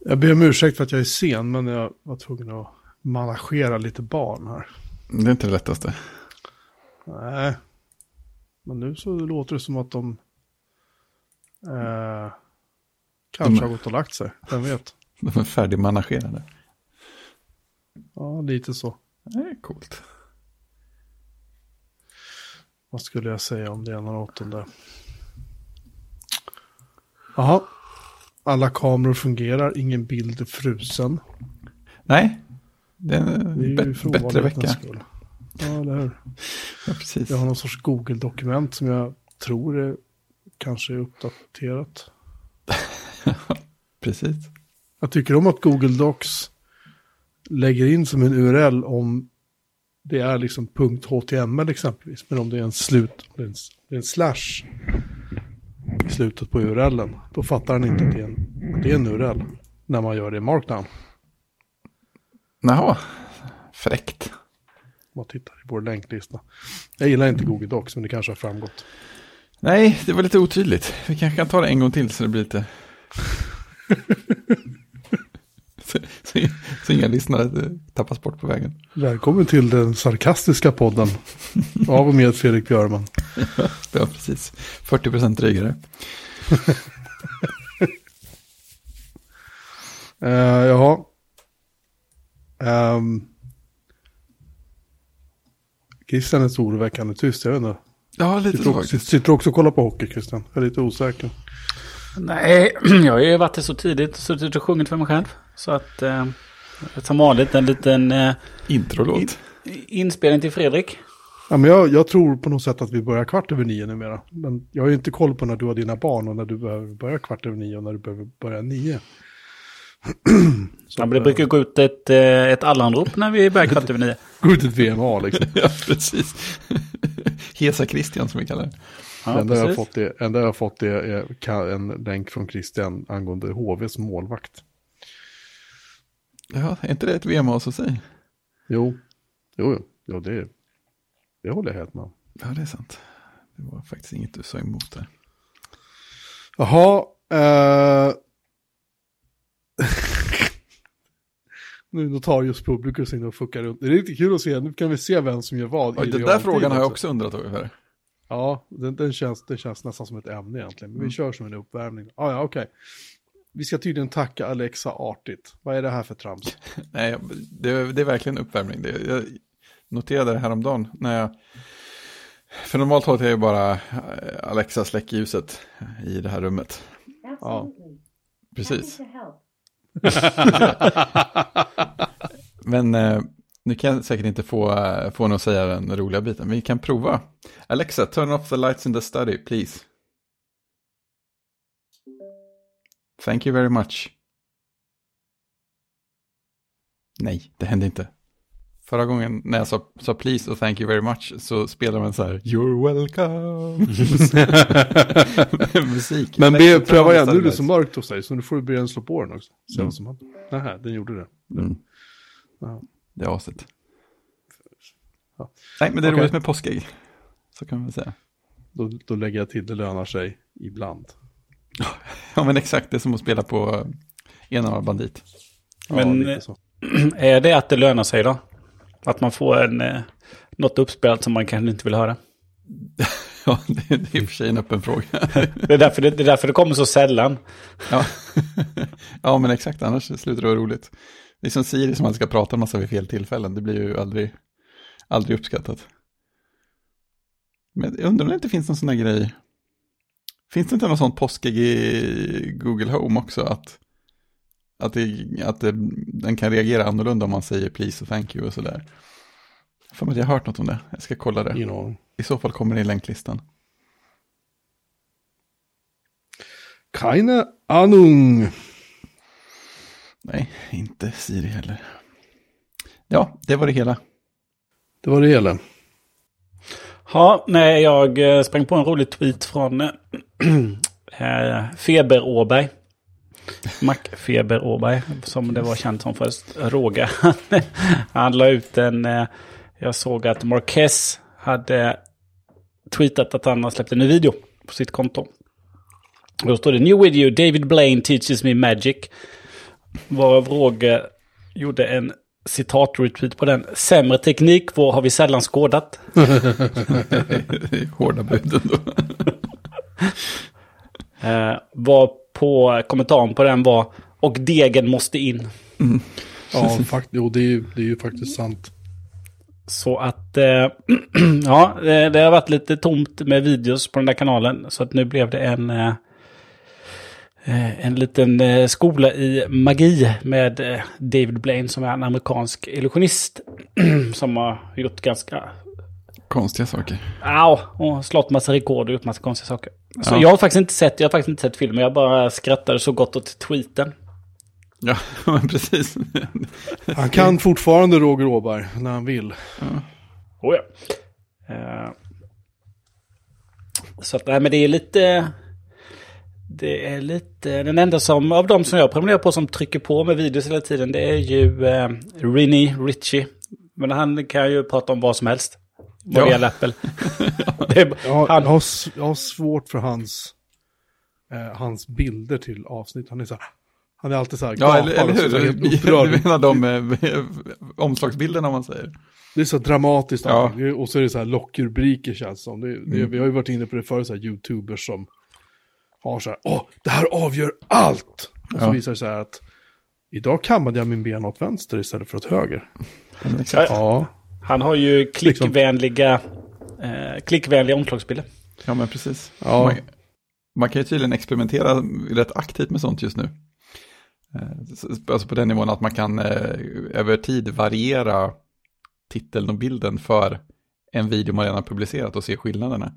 Jag ber om ursäkt för att jag är sen, men jag var tvungen att managera lite barn här. Det är inte det lättaste. Nej. Men nu så låter det som att de kanske har gått och lagt sig. Vem vet? De är färdigmanagerade. Ja, lite så. Det är coolt. Vad skulle jag säga om det ena och åttonde? Jaha. Alla kameror fungerar, ingen bild är frusen. Nej, det är en bättre vecka. Skull. Ja, eller hur? Ja, precis. Jag har någon sorts Google-dokument som jag tror kanske är uppdaterat. Precis. Jag tycker om att Google Docs lägger in som en URL om det är liksom .html exempelvis. Men om det är det är en slash i slutet på URLen, då fattar den inte att det är en URL när man gör det i Markdown. Jaha, fräckt. Man tittar i vår länklista. Jag gillar inte Google Docs, men det kanske har framgått. Nej, det var lite otydligt. Vi kanske kan ta det en gång till så det blir lite... så inga lyssnare tappas bort på vägen. Välkommen till den sarkastiska podden av och med Fredrik Björman. Ja, precis. 40% drygare. Jaha. Christian är så oroväckande tyst, jag vet inte. Ja, lite så faktiskt. Sitter också och kollar på hockey, Christian. Jag är lite osäker. Nej, jag har ju varit det så tidigt, suttit och sjungit för mig själv. Så att, som vanligt, en liten introlåt. Inspelning till Fredrik. Ja, men jag tror på något sätt att vi börjar 9:15 numera. Men jag har ju inte koll på när du har dina barn och när du behöver börja 9:15 och när du behöver börja 9. Ja, men det brukar gå ut ett allanrop när vi börjar 9:15. Gå ut ett VMA liksom. Ja, precis. Hesa Christian som vi kallar det. Ja, enda jag har fått det är en länk från Christian angående HVs målvakt. Ja, är inte det ett VMA så säg? Jo, det håller jag helt med om. Ja, det är sant. Det var faktiskt inget du sa emot det. Jaha, nu Notarius Publicus in och fuckar runt. Det är riktigt kul att se. Nu kan vi se vem som gör vad. Ja, den där frågan har jag också undrat över. Ja, det känns nästan som ett ämne egentligen. Men vi kör som en uppvärmning. Ja, okej. Vi ska tydligen tacka Alexa artigt. Vad är det här för trams? Nej, det är verkligen uppvärmning. Jag noterade det häromdagen för normalt har jag ju bara Alexa släck ljuset i det här rummet. Ja, precis. Men nu kan jag säkert inte få någon att säga den roliga biten. Vi kan prova. Alexa, turn off the lights in the study, please. Thank you very much. Nej, det hände inte. Förra gången när jag sa please och thank you very much så spelar man så här you're welcome. Musik. Men pröva igen, nu är det så mörkt hos dig så nu får du börja slå på den också. Nähä, den gjorde det. Ja. Det är aset. Ja. Nej, men det är roligt med påskägg. Så kan man säga. Då lägger jag till det lönar sig ibland. Ja, men exakt. Det är som att spela på enarmad bandit. Men är det att det lönar sig då? Att man får något uppspelat som man kanske inte vill höra? Ja, det är i och för sig en öppen fråga. Det är därför det kommer så sällan. Ja. Ja, men exakt. Annars slutar det vara roligt. Det är som Siri som man ska prata en massa vid fel tillfällen. Det blir ju aldrig uppskattat. Men jag undrar om det inte finns någon sån här grej. Finns det inte någon sån påskägg i Google Home också? Att den kan reagera annorlunda om man säger please och thank you och sådär. För att jag har hört något om det. Jag ska kolla det. I så fall kommer det i länklistan. Keine Ahnung. Nej, inte Siri heller. Ja, det var det hela. Det var det hela. Ja, nej, jag sprang på en rolig tweet från Feber Åberg. Mac-Feber Åberg, som det var känt som först. Roga. Han la ut jag såg att Marquez hade tweetat att han har släppt en ny video på sitt konto. Och då står det: New video, David Blaine teaches me magic. Varav Roger gjorde en citat-retweet på den. Sämre teknik har vi sällan skådat. Hårda buden då. Var på kommentaren på den var och degen måste in. Mm. Ja, det är ju faktiskt sant. Så att ja, det har varit lite tomt med videos på den där kanalen. Så att nu blev det en liten skola i magi med David Blaine som är en amerikansk illusionist som har gjort ganska konstiga saker. Ja, och slått massa rekord och gjort massa konstiga saker. Så Ja. jag har faktiskt inte sett filmen. Jag bara skrattade så gott åt tweeten. Ja, men precis. Han kan fortfarande Roger Åberg när han vill. Oh ja. Så att, nej, men det är lite den enda som av dem som jag prenumererar på som trycker på med videos hela tiden, det är ju Rinny Ritchie. Men han kan ju prata om vad som helst. Vad det gäller Apple. Jag har svårt för hans bilder till avsnitt. Han är alltid så här Ja, eller hur? Du menar de omslagsbilderna man säger. Det är så dramatiskt. Ja. Och så är det så här lockrubriker känns som. Vi har ju varit inne på det förut, så här YouTubers som har så här, det här avgör allt. Och så visar det sig att idag kammade jag min ben åt vänster istället för åt höger. Ja. Han har ju klickvänliga omslagsbilder. Ja, men precis. Ja. Man kan ju tydligen experimentera rätt aktivt med sånt just nu. Alltså på den nivån att man kan över tid variera titeln och bilden för en video man redan har publicerat och se skillnaderna.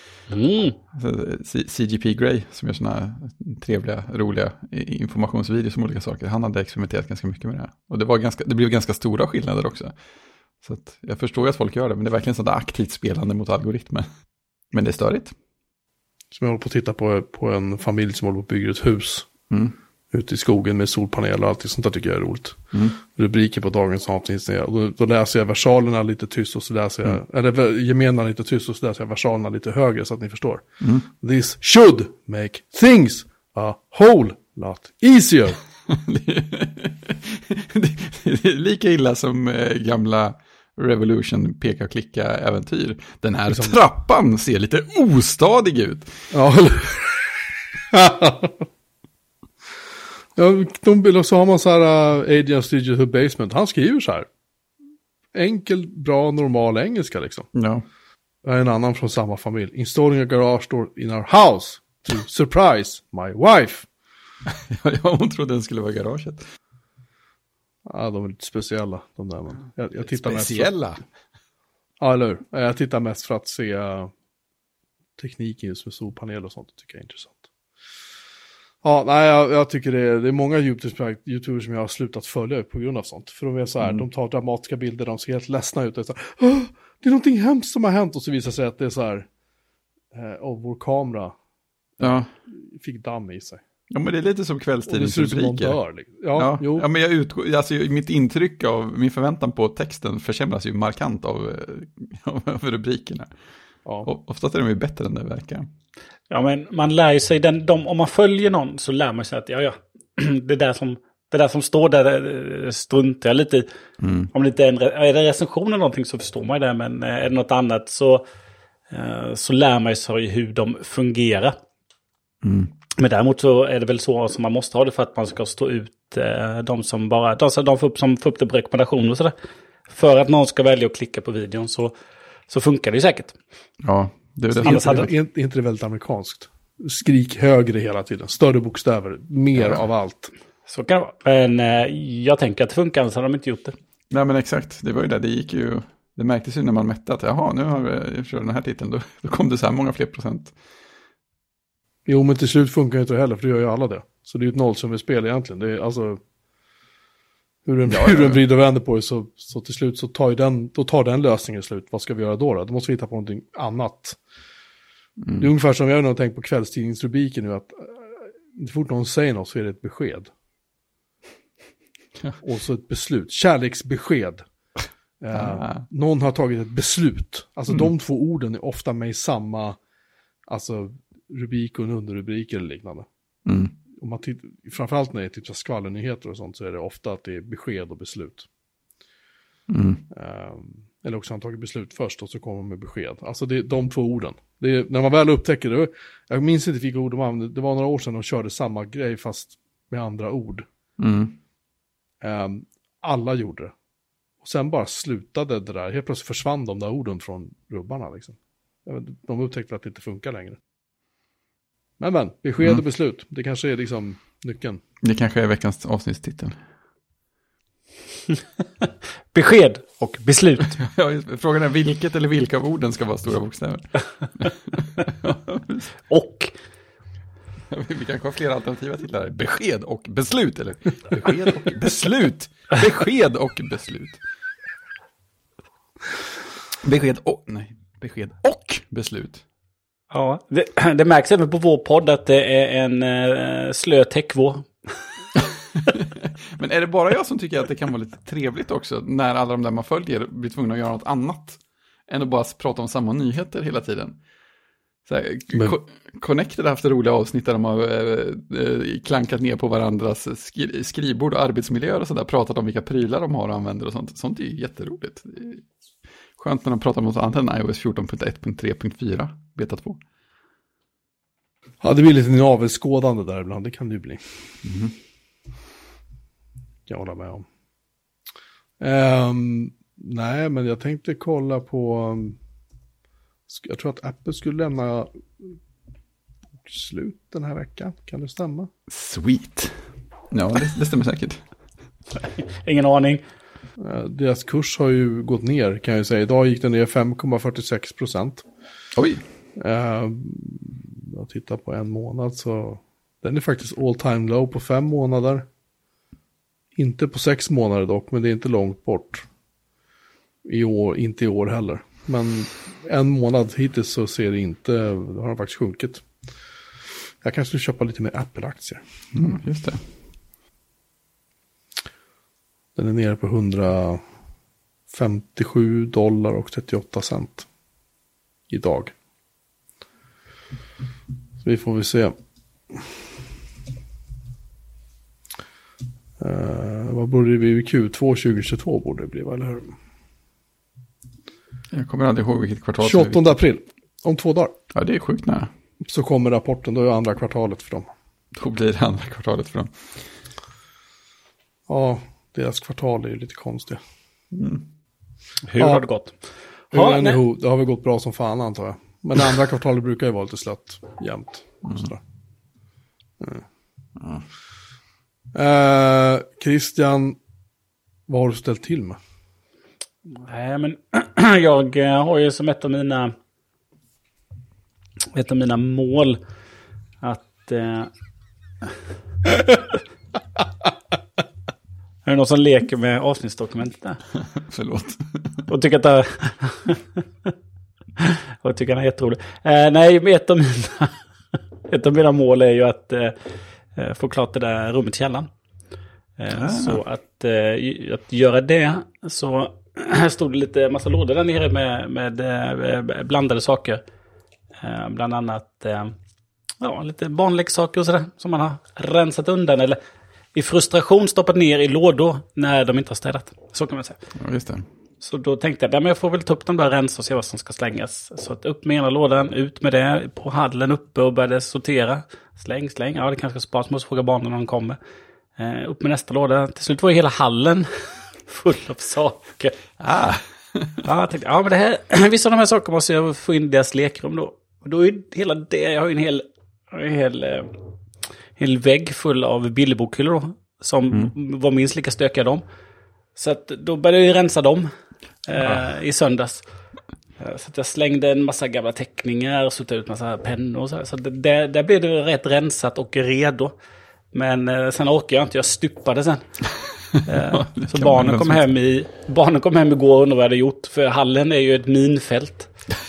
CGP Grey som gör såna trevliga, roliga informationsvideos om olika saker. Han hade experimenterat ganska mycket med det här. Och det blev ganska stora skillnader också. Så att jag förstår ju att folk gör det, men det är verkligen sådant aktivt spelande mot algoritmer. Men det är störigt. Som jag håller på att titta på en familj som håller på att bygga ett hus. Ute i skogen med solpaneler och allt sånt där tycker jag är roligt. Rubriker på dagens avsnitt. Då läser jag versalerna lite tyst och så läser jag, eller gemena lite tyst och så läser jag versalerna lite högre så att ni förstår. This should make things a whole lot easier. Det är lika illa som gamla Revolution peka och klicka äventyr. Den här trappan ser lite ostadig ut. Ja, ja, så har man så här Agents Digital Basement. Han skriver så här. Enkel, bra, normal engelska liksom. Ja. Jag är en annan från samma familj. Installing a garage door in our house to surprise my wife. Ja, hon trodde den skulle vara garaget. Ja, de är lite speciella, de där. Men jag tittar speciella? Mest ja, eller hur? Jag tittar mest för att se tekniken just med solpanel och sånt. Det tycker jag är intressant. Ja, nej, jag tycker det är många YouTubers som jag har slutat följa på grund av sånt. För de är så här, de tar dramatiska bilder, de ser helt ledsna ut. Och så här, det är någonting hemskt som har hänt. Och så visar sig att det är så här, vår kamera fick damm i sig. Ja, men det är lite som kvällstidningsrubriker. Ja, men mitt intryck av min förväntan på texten försämras ju markant av rubrikerna. Ja. Och oftast är de ju bättre än det verkar. Ja, men man lär ju sig om man följer någon så lär man sig att det där som står där struntar jag lite i. Om det inte är det recension eller någonting så förstår man ju det, men är det något annat så lär man sig hur de fungerar. Men däremot så är det väl så som man måste ha det för att man ska stå ut de som får upp det på rekommendationer och sådär. För att någon ska välja att klicka på videon så funkar det ju säkert. Ja, det är det. Inte det väldigt amerikanskt? Skrik högre hela tiden. Större bokstäver. Mer av allt. Så kan det vara. Men jag tänker att det funkar, så har de inte gjort det. Nej, men exakt. Det var ju det gick ju. Det märktes ju när man mätte att nu har vi kört den här titeln. Då kom det så här många fler procent. Jo, men till slut funkar inte det heller, för det gör ju alla det. Så det är ju ett nollsummespel egentligen. Det är alltså hur den vrider och vänder på det så till slut så tar den lösningen slut. Vad ska vi göra då? Då måste vi hitta på någonting annat. Det är ungefär som jag har tänkt på kvällstidningsrubriken nu, att fort någon säger något så är det ett besked. Och så ett beslut. Kärleksbesked. Någon har tagit ett beslut. Alltså de två orden är ofta med i samma rubrik och en underrubrik eller liknande. om man framförallt när det är typ så skvallernyheter och sånt så är det ofta att det är besked och beslut. Eller också han tagit beslut först och så kommer man med besked. Alltså det är de två orden. Det är, när man väl upptäcker det, jag minns inte vilka ord de använde, det var några år sedan de körde samma grej fast med andra ord. Alla gjorde det. Och sen bara slutade det där. Helt plötsligt försvann de där orden från rubbarna. Liksom. De upptäckte att det inte funkar längre. Men, besked och beslut. Det kanske är liksom nyckeln. Det kanske är veckans avsnittstitel. Besked och beslut. Ja, frågan är vilket eller vilka av orden ska vara stora bokstäver. Och. Vi kanske har flera alternativa titlar. Besked och beslut. Eller besked och beslut. Besked och beslut. Besked och beslut. Ja, det märks även på vår podd att det är en slö täckvå. Men är det bara jag som tycker att det kan vara lite trevligt också när alla de där man följer blir tvungna att göra något annat än att bara prata om samma nyheter hela tiden? Så här, Connected har haft roliga avsnitt där de har klankat ner på varandras skrivbord och arbetsmiljöer och sådär, pratat om vilka prylar de har och använder och sånt. Sånt är ju jätteroligt. Det är skönt när de pratar om något annat än iOS 14.1.3.4 beta 2. Ja, det blir lite navelskådande där ibland, det kan det ju bli. Jag håller med om. Nej, men jag tänkte kolla på... Jag tror att Apple skulle lämna bokslut den här veckan. Kan det stämma? Sweet. Ja, det stämmer säkert. Ingen aning. Deras kurs har ju gått ner, kan jag säga. Idag gick den ner 5,46%. Oj. Jag tittar på en månad så... Den är faktiskt all time low på 5 månader. Inte på 6 månader dock, men det är inte långt bort. I år, inte i år heller. Men en månad hittills så ser det inte, det har faktiskt sjunkit. Jag kanske skulle köpa lite mer Apple-aktier. Just det. Den är nere på $157.38 idag. Så vi får väl se. Vad borde det bli? Q2 2022 borde det bli, eller hur? Jag kommer aldrig ihåg vilket kvartal. 28 april, om 2 dagar. Ja, det är sjukt nära. Så kommer rapporten, då är andra kvartalet för dem. Då blir det andra kvartalet för dem. Ja, deras kvartal är ju lite konstiga. Hur har det gått? Det har väl gått bra som fan, antar jag. Men det andra kvartalet brukar ju vara lite slött jämt. Christian, vad har du ställt till med? Nej, men jag har ju som ett av mina mål att är det någon som leker med avsnittsdokumentet där? Förlåt. Och tycker att det och tycker han är jätterolig. Nej, ett av mina mål är ju att få klart det där rummet i källaren. Så att göra det, så stod det lite massa lådor där nere med blandade saker. Bland annat lite barnleksaker och sådär som man har rensat undan eller i frustration stoppat ner i lådor när de inte har städat. Så kan man säga. Ja, just det. Så då tänkte jag, men jag får väl ta upp dem där, rensa och se vad som ska slängas. Så att upp med ena lådan, ut med det, på hallen uppe och började sortera. Släng. Ja, det kanske ska sparas, måste fråga barnen när de kommer. Upp med nästa låda. Till slut var ju hela hallen full av saker. Ja, jag tänkte, men det här, vissa av de här sakerna måste jag få in i deras lekrum då. Och då är hela det, jag har ju en hel vägg full av bilderbokhyllor då, som var minst lika stökiga dem. Så att då började jag rensa dem i söndags. Så att jag slängde en massa gamla teckningar och suttit ut massa pennor och så här. Så där blev det rätt rensat och redo. Men sen orkade jag inte, jag stupade sen. Så barnen kom hem igår och undrade vad jag hade gjort. För hallen är ju ett minfält.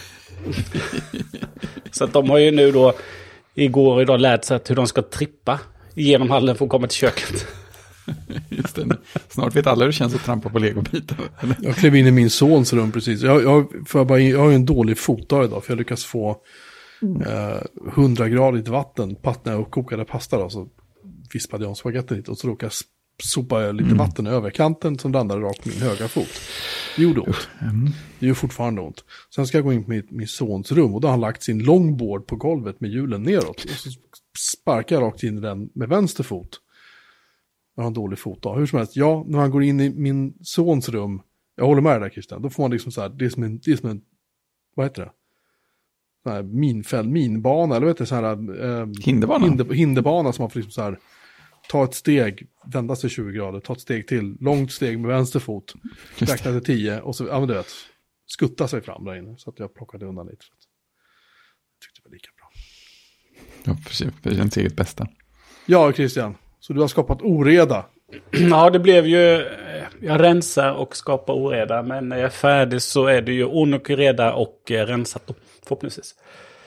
Så att de har ju nu då igår och idag lärt sig hur de ska trippa genom hallen för att komma till köket. Just det. Snart vet alla hur det känns att trampa på legobitar. Jag klev in i min sons rum precis. Jag har ju en dålig fotdag idag för jag lyckas få 100-gradigt vatten när jag kokade pasta då, så vispade jag om spagetti lite och så råkade jag sopa lite vatten över kanten som landade rakt på min högra fot. Det gjorde ont. Det gör fortfarande ont. Sen ska jag gå in på min sons rum och då har han lagt sin longboard på golvet med hjulen neråt. Och så sparkar jag rakt in i den med vänster fot. Jag har en dålig fot då. Hur som helst, när han går in i min sons rum, jag håller med dig där Christian, då får man liksom så här, det är som en vad heter det? Så här minbana, eller vet du, så här hinderbana som man får liksom så här ta ett steg, vända sig 20 grader, ta ett steg till, långt steg med vänster fot, räkna till 10 och så, du vet, skutta sig fram där inne. Så att jag plockade undan lite. Jag tyckte det var lika bra. Ja, för ens eget bästa. Ja, Christian, så du har skapat oreda. Ja, det blev ju, jag rensar och skapar oreda, men när jag är färdig så är det ju ordning och reda och rensat då, förhoppningsvis.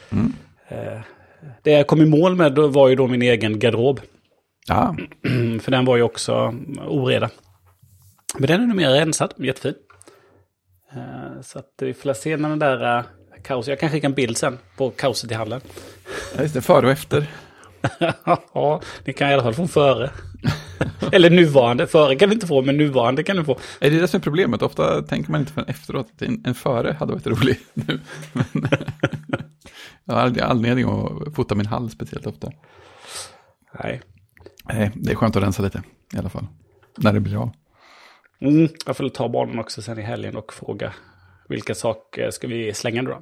Det jag kom i mål med då var ju då min egen garderob. Ja. För den var ju också oreda. Men den är nu mer rensad, jättefin. Så att vi får se när den där kaoset, jag kan skicka en bild sen på kaoset i hallen. Ja, just det, före och efter. Ja, ni kan i alla fall få före. Eller nuvarande. Före kan du inte få, men nuvarande kan du få. Är det som är problemet? Ofta tänker man inte förrän efteråt att en före hade varit rolig nu. Men jag har aldrig anledning att fota min hall speciellt ofta. Nej, det är skönt att rensa lite i alla fall. När det blir av. Jag får ta barnen också sen i helgen och fråga vilka saker ska vi slänga då?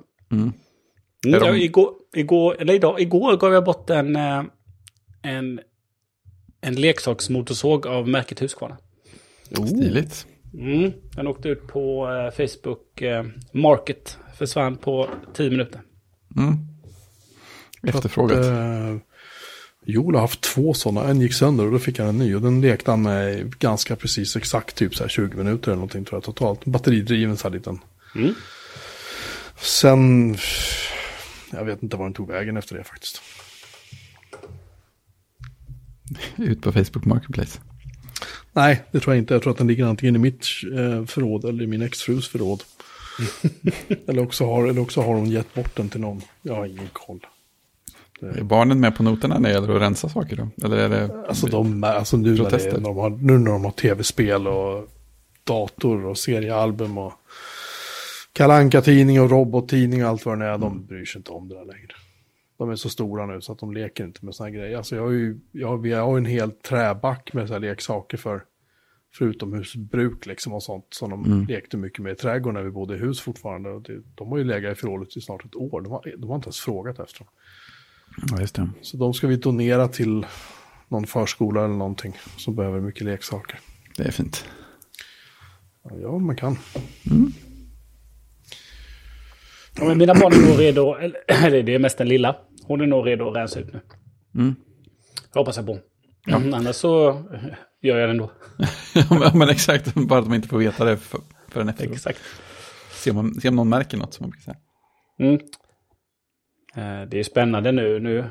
Igår gav jag bort en leksaksmotorsåg av märket Husqvarna. Stiligt. Den åkte ut på Facebook Market. Försvann på 10 minuter. Efterfrågat. Joel har haft 2 sådana. En gick sönder och då fick han en ny. Och den lekte han med ganska precis exakt typ så här 20 minuter eller någonting tror jag totalt. Batteridriven så här liten. Sen, jag vet inte var den tog vägen efter det faktiskt. Ut på Facebook Marketplace. Nej, det tror jag inte. Jag tror att den ligger antingen i mitt förråd eller i min exfrus förråd. eller också har hon gett bort den till någon. Jag har ingen koll. Är barnen med på noterna när det gäller att rensa saker då? Eller är det alltså nu när de har tv-spel och dator och seriealbum och Kalle Anka-tidning och robottidning och allt vad det är, de bryr sig inte om det där längre. De är så stora nu så att de leker inte med såna här grejer. Alltså vi har en hel träback med så här leksaker för utomhusbruk liksom och sånt som de lekte mycket med i trädgården när vi bodde i hus fortfarande. Och de har ju legat i förrådet i snart ett år. De har inte ens frågat efter dem. Ja, just det. Så de ska vi donera till någon förskola eller någonting som behöver mycket leksaker. Det är fint. Ja, man kan. Ja, men mina barn är nog redo, eller det är mest den lilla. Hon är nog redo att rensa ut nu. Jag hoppas jag på. Ja. Annars så gör jag det ändå. Ja, men exakt. Bara att de inte får veta det förrän efteråt. Exakt. Se om någon märker något som man brukar säga. Det är spännande nu.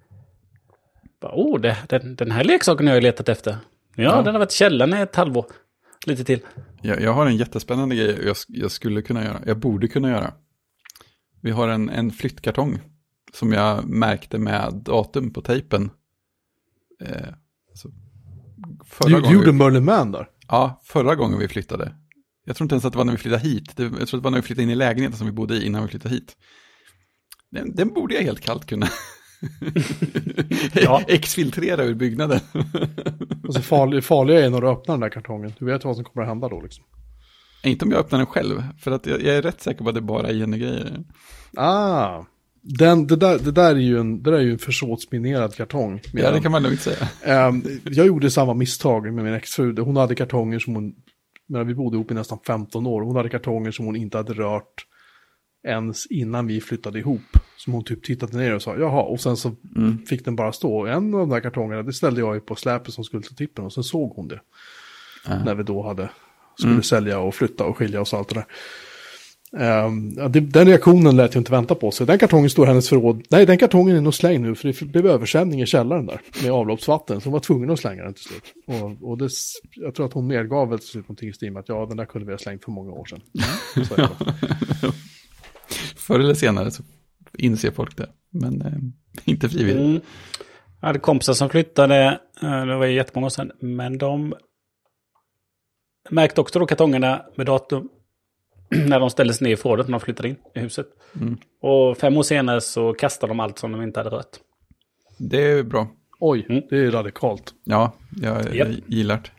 Den här leksaken har jag letat efter. Ja, den har varit i källaren i ett halvår. Lite till. Jag har en jättespännande grej jag skulle kunna göra. Jag borde kunna göra. Vi har en flyttkartong som jag märkte med datum på tejpen. Du gjorde Merlin Man där? Ja, förra gången vi flyttade. Jag tror inte ens att det var när vi flyttade hit. Jag tror att det var när vi flyttade in i lägenheten som vi bodde i innan vi flyttade hit. Den borde jag helt kallt kunna exfiltrera ur byggnaden. Alltså farliga är när du öppnar den där kartongen. Du vet vad som kommer att hända då liksom. Inte om jag öppnar den själv. För att jag är rätt säker på att det bara är grejer. Det där är ju en försåtsminerad kartong. Ja, det kan man nog inte säga. Jag gjorde samma misstag med min exfru. Hon hade kartonger som hon, när vi bodde ihop i nästan 15 år. Hon hade kartonger som hon inte hade rört ens innan vi flyttade ihop. Som hon typ tittade ner och sa, jaha. Och sen så fick den bara stå. Och en av de där kartongerna, det ställde jag ju på släpet som skulle till tippen. Och sen såg hon det. När vi då skulle sälja och flytta och skilja oss och allt det där. Den reaktionen lät jag inte vänta på sig. Den kartongen står i hennes förråd. Nej, den kartongen är nog slängd nu. För det blev översvämning i källaren där. Med avloppsvatten. Så hon var tvungen att slänga den till slut. Och jag tror att hon medgav väl till slut någonting i stil med att den där kunde vi ha slängt för många år sedan. Förr eller senare så inser folk det. Men inte frivilligt. Jag hade kompisar som flyttade, det var jättemånga år sedan, men de märkte också då kartongerna med datum när de ställdes ner i förrådet när de flyttade in i huset. Och 5 år senare så kastade de allt som de inte hade rört. Det är bra. Oj, det är radikalt. Ja, jag gillar det.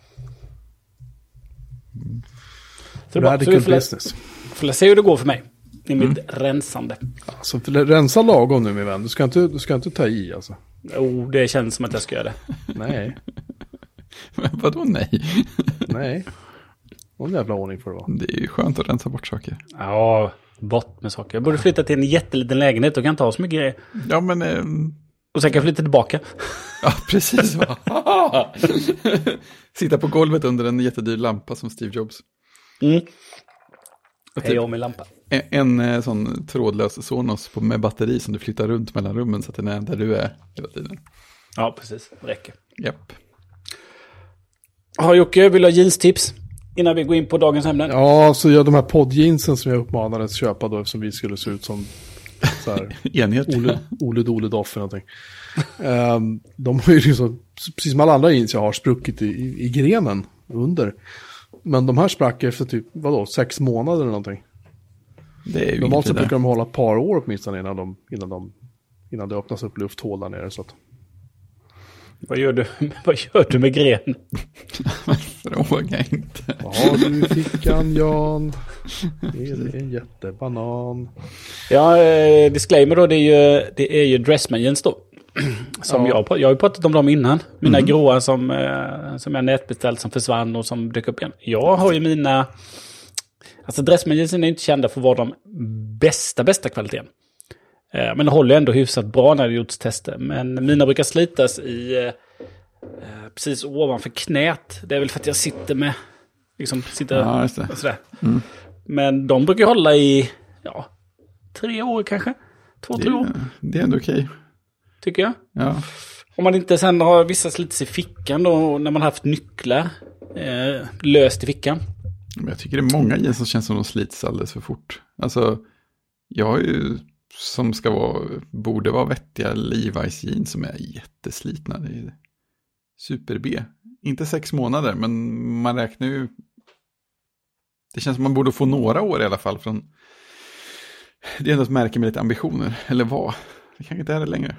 Radical business. Får se hur det går för mig i mitt rensande. Alltså, rensa lagom nu min vän. Du ska inte ta i alltså. Jo, det känns som att jag ska göra det. Nej. Vadå nej? Nej. Någon jävla ordning får det vara. Det är ju skönt att rensa bort saker. Ja, bort med saker. Jag borde flytta till en jätteliten lägenhet och kan ta så mycket grejer. Ja, men... Och sen kan jag flytta tillbaka. Ja, precis. Sitta på golvet under en jättedyr lampa som Steve Jobs. Hej om min lampa. En sån trådlös Sonos med batteri som du flyttar runt mellan rummen så att den är där du är hela tiden. Ja, precis. Det räcker. Japp. Har Jocke, vill du ha jeans-tips innan vi går in på dagens ämnen? Ja, så de här poddjeansen som jag uppmanade att köpa då eftersom vi skulle se ut som så här, enhet. Ole Doff eller någonting. De har ju liksom, precis som alla andra jeans jag har, spruckit i grenen under. Men de här sprack efter typ, 6 månader eller någonting. Det är ju normalt så brukar de hålla ett par år åtminstone innan det öppnas upp lufthål där nere. Så att... Vad gör du med gren? Fråga inte. Vad har du i fickan, Jan? Det är en jättebanan. Ja, disclaimer då, det är ju Dressman jeans då. Som jag har ju pratat om dem innan. Mina gråa som jag nätbeställt som försvann och som dök upp igen. Jag har ju mina... Alltså Dressman jeansen är inte kända för att vara de bästa kvaliteten. Men det håller ändå hyfsat bra när det gjorts tester. Men mina brukar slitas i precis ovanför knät. Det är väl för att jag sitter med... Ja, just det. Sådär. Men de brukar hålla i 3 år kanske. 2-3 år. Det är ändå okej. Tycker jag. Ja. Om man inte sen har vissa slits i fickan då, när man haft nycklar löst i fickan. Men jag tycker det är många jeans som känns som de slits alldeles för fort. Alltså, jag har ju som borde vara vettiga Levi's jeans som är jätteslitna. Det är super B. Inte 6 månader, men man räknar ju... Det känns som man borde få några år i alla fall från... Det är ändå ett märke med lite ambitioner. Eller vad? Det kanske inte är det längre.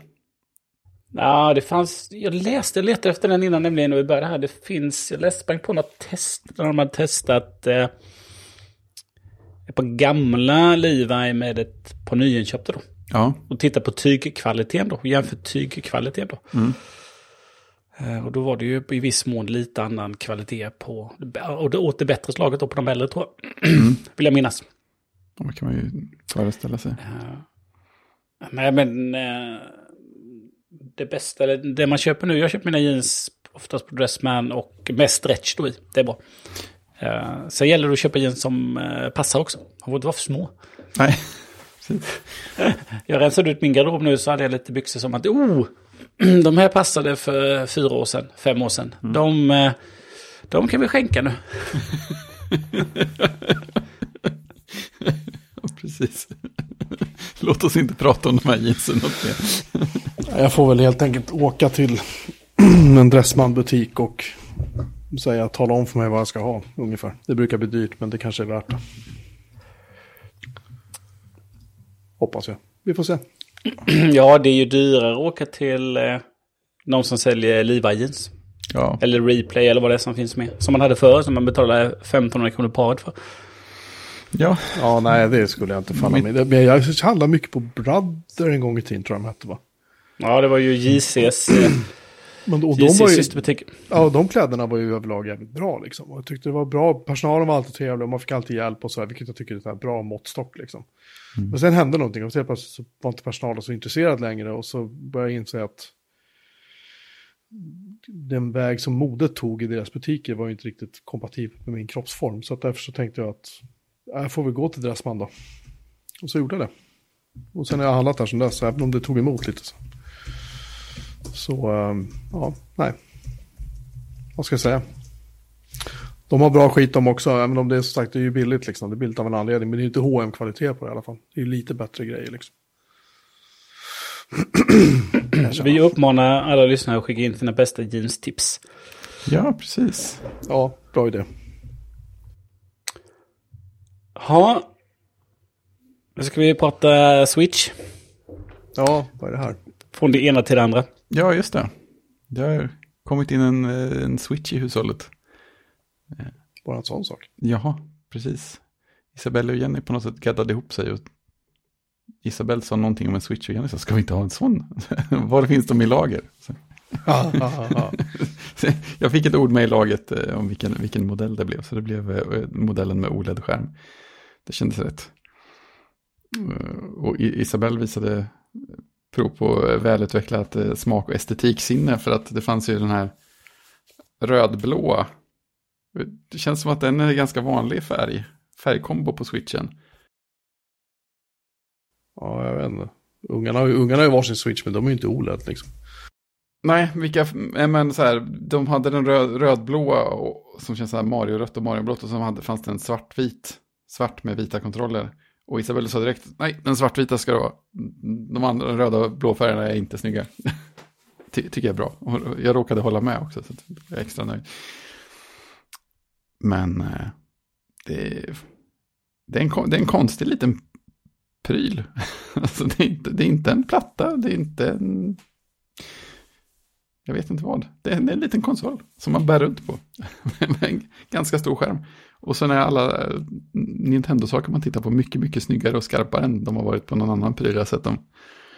Ja, det fanns... Jag letade efter den innan nämligen vi började här. Det finns... Jag läste på något test där de har testat ett par gamla Levi med ett par nyinköpta då. Ja. Och titta på tygkvaliteten då. Jämför tygkvaliteten då. Och då var det ju i viss mån lite annan kvalitet på... Och det åt det bättre slaget då på de äldre tror jag. Vill jag minnas. Ja, det kan man ju föreställa sig. Men det bästa, det man köper nu, jag köper mina jeans oftast på Dressman och med stretch då i, det är bra. Sen gäller det att köpa jeans som passar också. De får inte vara för små. Nej. Jag rensade ut min garderob nu så hade jag lite byxor som att de här passade för 4 år sedan, 5 år sedan. De kan vi skänka nu. Ja, precis. Låt oss inte prata om de här jeansen något mer. Jag får väl helt enkelt åka till en Dressman-butik och tala om för mig vad jag ska ha ungefär. Det brukar bli dyrt, men det kanske är värt det. Hoppas jag. Vi får se. Ja, det är ju dyrare att åka till någon som säljer Levi jeans. Ja. Eller Replay eller vad det är som finns med. Som man hade förr, som man betalade 1500 kronor paret för. Ja. Ja, nej, det skulle jag inte falla med. Men jag handlade mycket på Brother en gång i tiden, tror jag de hette, va? Ja, det var ju JCs systerbutik. Ja, de kläderna var ju överlag jävligt bra liksom. Och jag tyckte det var bra. Personalen var alltid trevlig och man fick alltid hjälp och så här, vilket jag tycker är en bra måttstock liksom. Men sen hände någonting och så var inte personalen så intresserad längre och så började jag inse att den väg som modet tog i deras butiker var ju inte riktigt kompatibel med min kroppsform. Så att därför så tänkte jag att jag får väl gå till Dressman då. Och så gjorde jag det. Och sen har jag handlat där som dess, även om det tog emot lite så. Så, nej. Vad ska jag säga? De har bra skit de också, även om det är så sagt, det är ju billigt liksom. Det är billigt av en anledning, men det är ju inte H&M-kvalitet på det i alla fall. Det är ju lite bättre grejer liksom. Vi uppmanar alla lyssnare att skicka in sina bästa jeans-tips. Ja, precis. Ja, bra idé. Ja. Nu ska vi prata Switch. Ja, vad är det här? Från det ena till det andra. Ja, just det. Det har kommit in en Switch i hushållet. Bara en sån sak. Jaha, precis. Isabelle och Jenny på något sätt gaddade ihop sig. Och Isabelle sa någonting om en Switch och Jenny sa, ska vi inte ha en sån? Var finns de i lager? Jag fick ett ord med i laget om vilken modell det blev. Så det blev modellen med OLED-skärm. Det kändes rätt. Och Isabelle visade prov på välutvecklat smak- och estetiksinne. För att det fanns ju den här rödblåa. Det känns som att den är ganska vanlig färgkombo på Switchen. Ja, jag vet inte. Ungarna har ju varsin Switch, men de är ju inte OLED liksom. Nej, men så här, de hade den rödblåa som känns så här Mario-rött och Mario-blått, och så fanns det en svart med vita kontroller. Och Isabelle sa direkt, nej, den svartvita ska det vara. De andra röda och blå färgerna är inte snygga. Tycker jag är bra. Och jag råkade hålla med också, så jag är extra nöjd. Men det är en konstig liten pryl. Alltså det är inte en platta, det är inte en... Jag vet inte vad. Det är en liten konsol som man bär runt på. Med en ganska stor skärm. Och sen är alla Nintendo-saker man tittar på mycket, mycket snyggare och skarpare än de har varit på någon annan pryl jag sett dem.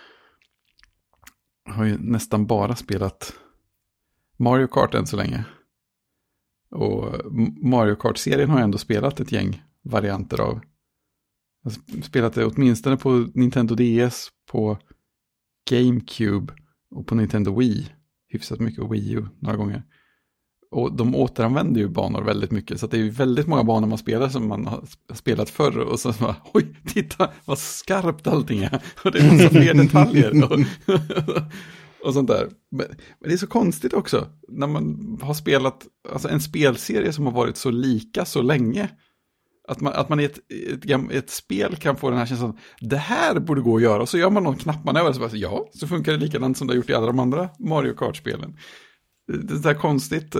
Jag har ju nästan bara spelat Mario Kart än så länge. Och Mario Kart-serien har jag ändå spelat ett gäng varianter av. Jag har spelat det åtminstone på Nintendo DS, på GameCube och på Nintendo Wii. Hyfsat mycket, och Wii U några gånger. Och de återanvänder ju banor väldigt mycket. Så det är ju väldigt många banor man spelar som man har spelat förr. Och så bara, oj, titta vad skarpt allting är. Och det är massa fler detaljer. Och sånt där. Men det är så konstigt också. När man har spelat alltså en spelserie som har varit så lika så länge. Att man i ett spel kan få den här känslan, det här borde gå att göra. Och så gör man någon knappmanöver och så bara, ja, så funkar det likadant som det har gjort i alla de andra Mario Kart-spelen. Det är så här konstigt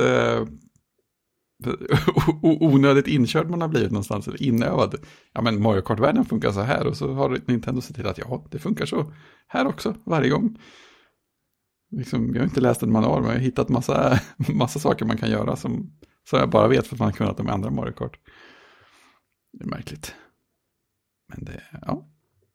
onödigt inkörd man har blivit någonstans, eller inövad. Ja, men Mario Kart-världen funkar så här, och så har Nintendo sett till att ja, det funkar så här också varje gång. Liksom, jag har inte läst en manual, men jag har hittat massa saker man kan göra som jag bara vet för att man har kunnat de andra Mario Kart. Det är märkligt. Men det, ja.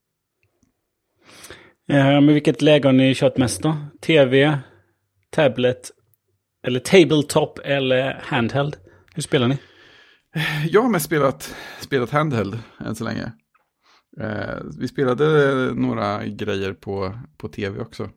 Men vilket läge har ni kört mest då? TV, tablet, eller tabletop, eller handheld? Hur spelar ni? Jag har mest spelat handheld än så länge. Vi spelade några grejer på tv också.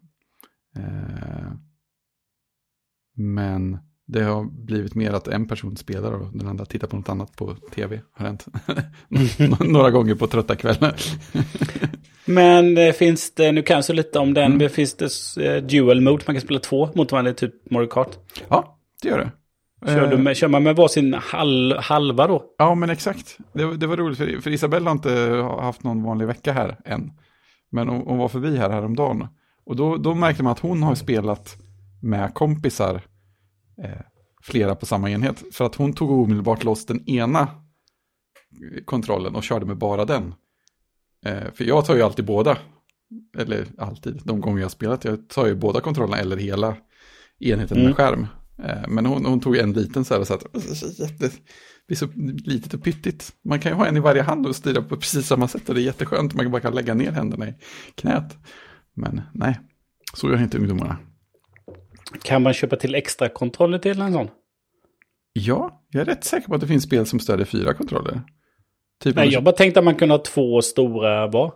Men det har blivit mer att en person spelar och den andra tittar på något annat på tv. Har hänt några gånger på trötta kvällar. Men finns det, nu kanske lite om den, finns det dual mode, man kan spela 2 mot varandra, typ Mario Kart? Ja, det gör det. Kör man med varsin halva då? Ja, men exakt. Det var roligt, för Isabelle har inte haft någon vanlig vecka här än. Men hon var förbi här häromdagen. Och då märkte man att hon har spelat med kompisar, flera på samma enhet. För att hon tog omedelbart loss den ena kontrollen och körde med bara den. För jag tar ju alltid båda. Eller alltid, de gånger jag har spelat. Jag tar ju båda kontrollerna eller hela enheten med skärm. Men hon tog en liten så här och sa att det blir så litet och pyttigt. Man kan ju ha en i varje hand och styra på precis samma sätt. Och det är jätteskönt. Man bara kan lägga ner händerna i knät. Men nej, så gör inte ungdomarna. Kan man köpa till extra kontroller till en sån? Ja, jag är rätt säker på att det finns spel som stödjer 4 kontroller. Typ nej, jag bara tänkte att man kunde ha 2 stora var.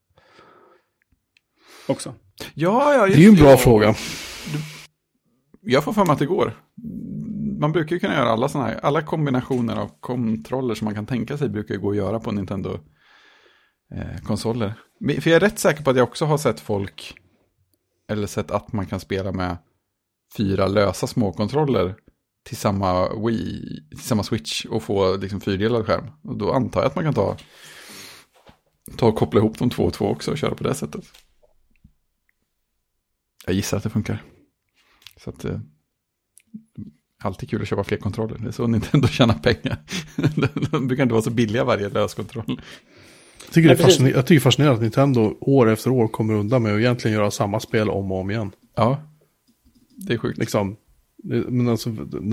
Också. Ja, det är ju en bra fråga. Jag får för mig att det går. Man brukar ju kunna göra alla kombinationer av kontroller som man kan tänka sig brukar ju gå att göra på Nintendo konsoler. För jag är rätt säker på att jag också har sett folk, eller sett att man kan spela med 4 lösa småkontroller till samma Wii, till samma Switch och få liksom 4-delad skärm. Och då antar jag att man kan ta och koppla ihop de 2 och 2 också och köra på det sättet. Jag gissar att det funkar. Så att alltid kul att köpa fler kontroller. Det är så Nintendo tjänar pengar. De brukar inte vara så billiga varje löskontroll. Jag tycker det är fascinerande att Nintendo år efter år kommer undan med att egentligen göra samma spel om och om igen. Ja, det är sjukt. Liksom, men alltså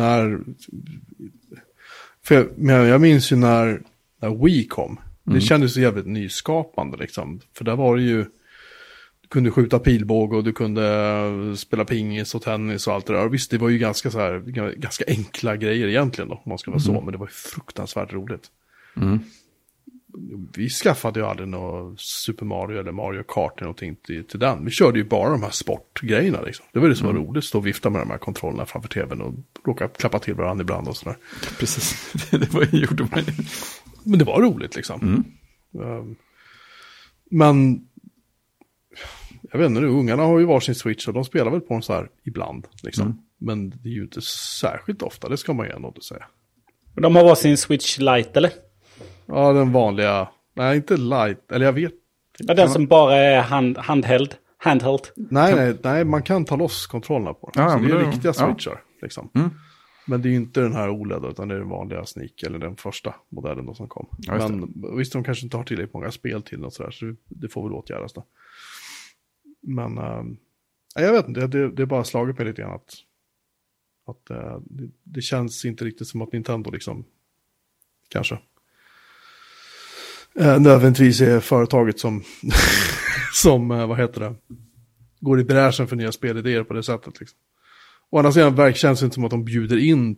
men jag minns ju när Wii kom. Det kändes så jävligt nyskapande liksom. För där var det ju, du kunde skjuta pilbåge och du kunde spela pingis och tennis och allt det där. Och visst, det var ju ganska enkla grejer egentligen då, om man ska vara så. Men det var ju fruktansvärt roligt. Vi skaffade ju aldrig något Super Mario eller Mario Kart eller någonting till den. Vi körde ju bara de här sportgrejerna liksom. Det var det som var roligt, stå och vifta med de här kontrollerna framför tvn och råka klappa till varandra ibland och sådär. Precis, det var ju gjorde man. Men det var roligt liksom. Men jag vet inte nu, ungarna har ju varsin Switch och de spelar väl på en så här ibland liksom. Men det är ju inte särskilt ofta, det ska man ju ändå inte säga. De har varsin Switch Lite eller? Ja, den vanliga. Nej, inte light. Eller jag vet. Ja, den som bara är handheld. Nej, man kan ta loss kontrollerna på den. Så det är riktiga switchar. Liksom. Men det är ju inte den här OLED, utan det är den vanliga Sneak, eller den första modellen då som kom. Ja, men visst, de kanske inte har tillräckligt många spel till och sådär, så det får väl åtgärdas då. Men jag vet inte, det är bara slagit på lite grann att det känns inte riktigt som att Nintendo liksom kanske nödvändigtvis är företaget som vad heter det, går i bräschen för nya spelidéer på det sättet liksom. Å andra sidan känns det inte som att de bjuder in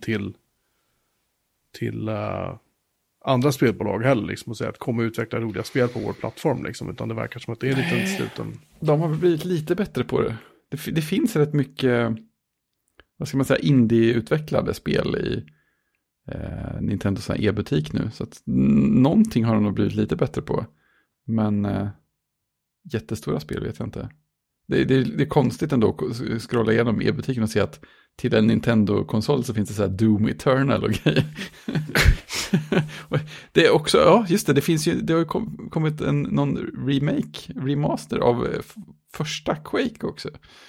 till andra spelbolag heller liksom, och säger att kom och utveckla roliga spel på vår plattform liksom, utan det verkar som att det är lite sluten. De har blivit lite bättre på det. Det finns rätt mycket, vad ska man säga, indie-utvecklade spel i Nintendos e-butik nu, så att någonting har de nog blivit lite bättre på, men jättestora spel vet jag inte. Det är konstigt ändå att scrolla igenom e-butiken och se att till en Nintendo-konsol så finns det så här Doom Eternal och grejer. Det är också, ja just det finns ju, det har ju kommit någon remaster av första Quake också.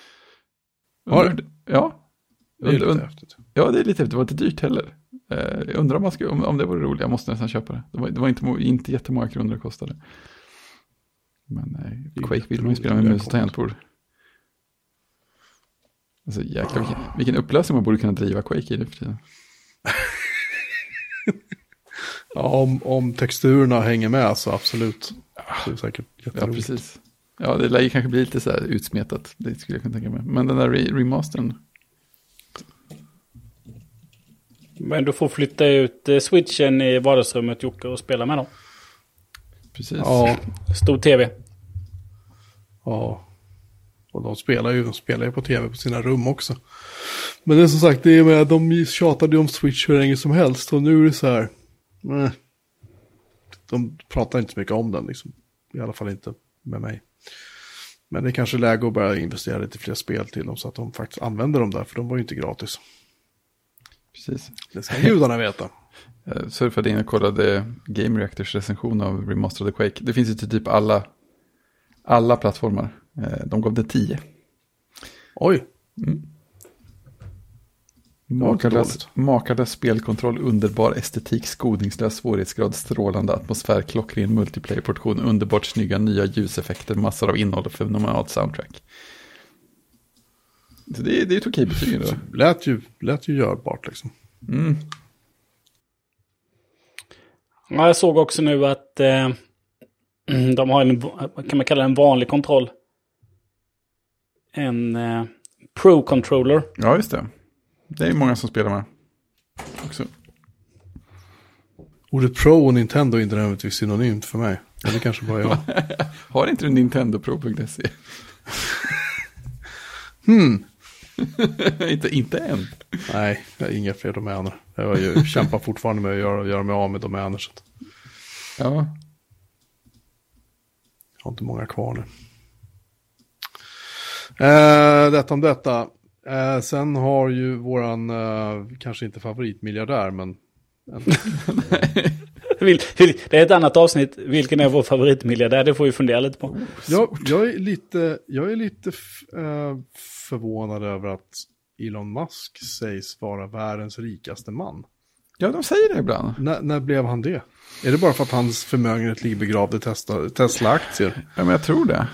Ja. Det är lite häftigt. Ja, det är lite häftigt. Det var inte dyrt heller. Jag undrar om det var roligt. Jag måste nästan köpa det. Det var inte jättemånga kronor det kostade. Men Quake vill man ju spela med mus och tangentbord. Alltså jäklar, vilken upplösning man borde kunna driva Quake i nu för tiden. Ja, om texturerna hänger med så absolut. Det är säkert jätteroligt. Ja, precis. Ja, det lär ju kanske bli lite så här utsmetat. Det skulle jag kunna tänka mig. Men den där remastern. Men du får flytta ut switchen i vardagsrummet, Jocke, och spela med dem. Precis. Ja. Stor tv. Ja. Och de spelar ju på tv på sina rum också. Men det är som sagt, det är med, de tjatade om Switch hur länge som helst. Och nu är det så här. De pratar inte så mycket om den liksom. I alla fall inte med mig. Men det är kanske läge att börja investera lite fler spel till dem så att de faktiskt använder dem där. För de var ju inte gratis. Precis. Det ska gudarna veta. Jag surfade in och kollade Game Reactors recension av Remastered Quake. Det finns ju till typ alla plattformar. De gav det 10. Oj. Makalös spelkontroll, underbar estetik, skoningslös svårighetsgrad, strålande atmosfär, klockren multiplayer-portion, underbart snygga nya ljuseffekter, massor av innehåll och fenomenalt soundtrack. Så det är ett okej betyg då. Lät ju görbart liksom. Ja, jag såg också nu att de har kan man kalla det en vanlig kontroll. En Pro-controller. Ja, just det. Det är många som spelar med också. Ordet Pro och Nintendo är inte nödvändigtvis synonymt för mig. Det kanske bara jag. Har inte du Nintendopro.se? inte än. Nej, jag har inga fler domäner. Jag kämpar fortfarande med att göra mig av med domäner. Så. Ja. Jag har inte många kvar nu. Detta om detta. Sen har ju våran, kanske inte favoritmiljardär, men Det är ett annat avsnitt. Vilken är vår favoritmiljardär? Det får vi fundera lite på. Jag är lite förvånad över att Elon Musk sägs vara världens rikaste man. Ja, de säger det ibland. När blev han det? Är det bara för att hans förmögenhet ligger begravd i Tesla-aktier? Ja, men jag tror det.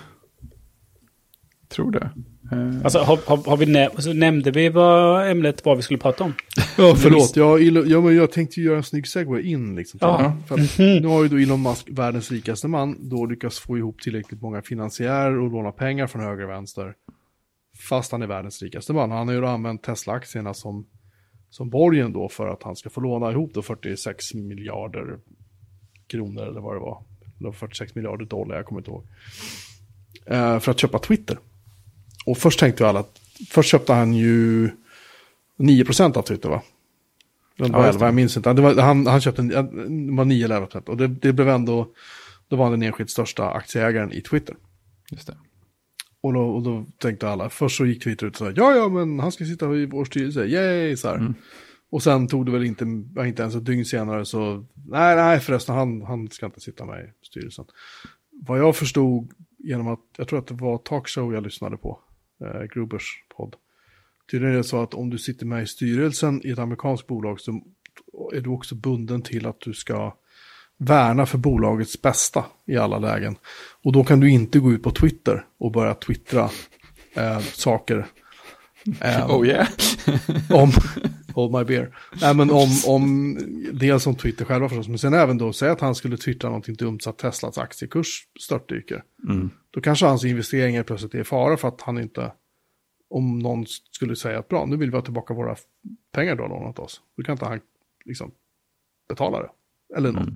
Alltså, har vi nämnde vi vad ämnet var vi skulle prata om? Ja, förlåt. Men jag tänkte ju göra en snygg segway in. Liksom, för att, nu har ju då Elon Musk, världens rikaste man, då lyckas få ihop tillräckligt många finansiärer och låna pengar från höger och vänster. Fast han är världens rikaste man. Han har ju använt Tesla-aktierna som borgen då för att han ska få låna ihop då 46 miljarder kronor eller vad det var. Eller 46 miljarder dollar, jag kommer inte ihåg. För att köpa Twitter. Och först tänkte alla att först köpte han ju 9% av Twitter, va? Jag minns inte. Han köpte det var 9 eller 11%. Och det blev ändå, då var han den enskilt största aktieägaren i Twitter. Just det. Och då tänkte alla, först så gick Twitter ut och sa, ja, men han ska sitta i vår styrelse, yay, så här. Mm. Och sen tog det väl inte ens ett dygn senare så, nej förresten, han ska inte sitta med i styrelsen. Vad jag förstod genom att, jag tror att det var talkshow jag lyssnade på, Grubers podd. Tydligen är det så att om du sitter med i styrelsen i ett amerikanskt bolag så är du också bunden till att du ska värna för bolagets bästa i alla lägen. Och då kan du inte gå ut på Twitter och börja twittra saker. Oh yeah. Om hold my beer. Nej, men om dels som Twitter själva förstås, men sen även då säga att han skulle twittra någonting dumt så att Teslas aktiekurs störtdyker. Mm. Då kanske hans investeringar plötsligt är i fara för att han inte, om någon skulle säga att bra, nu vill vi ha tillbaka våra pengar då lånat oss. Då kan inte han liksom betala det. Eller någon.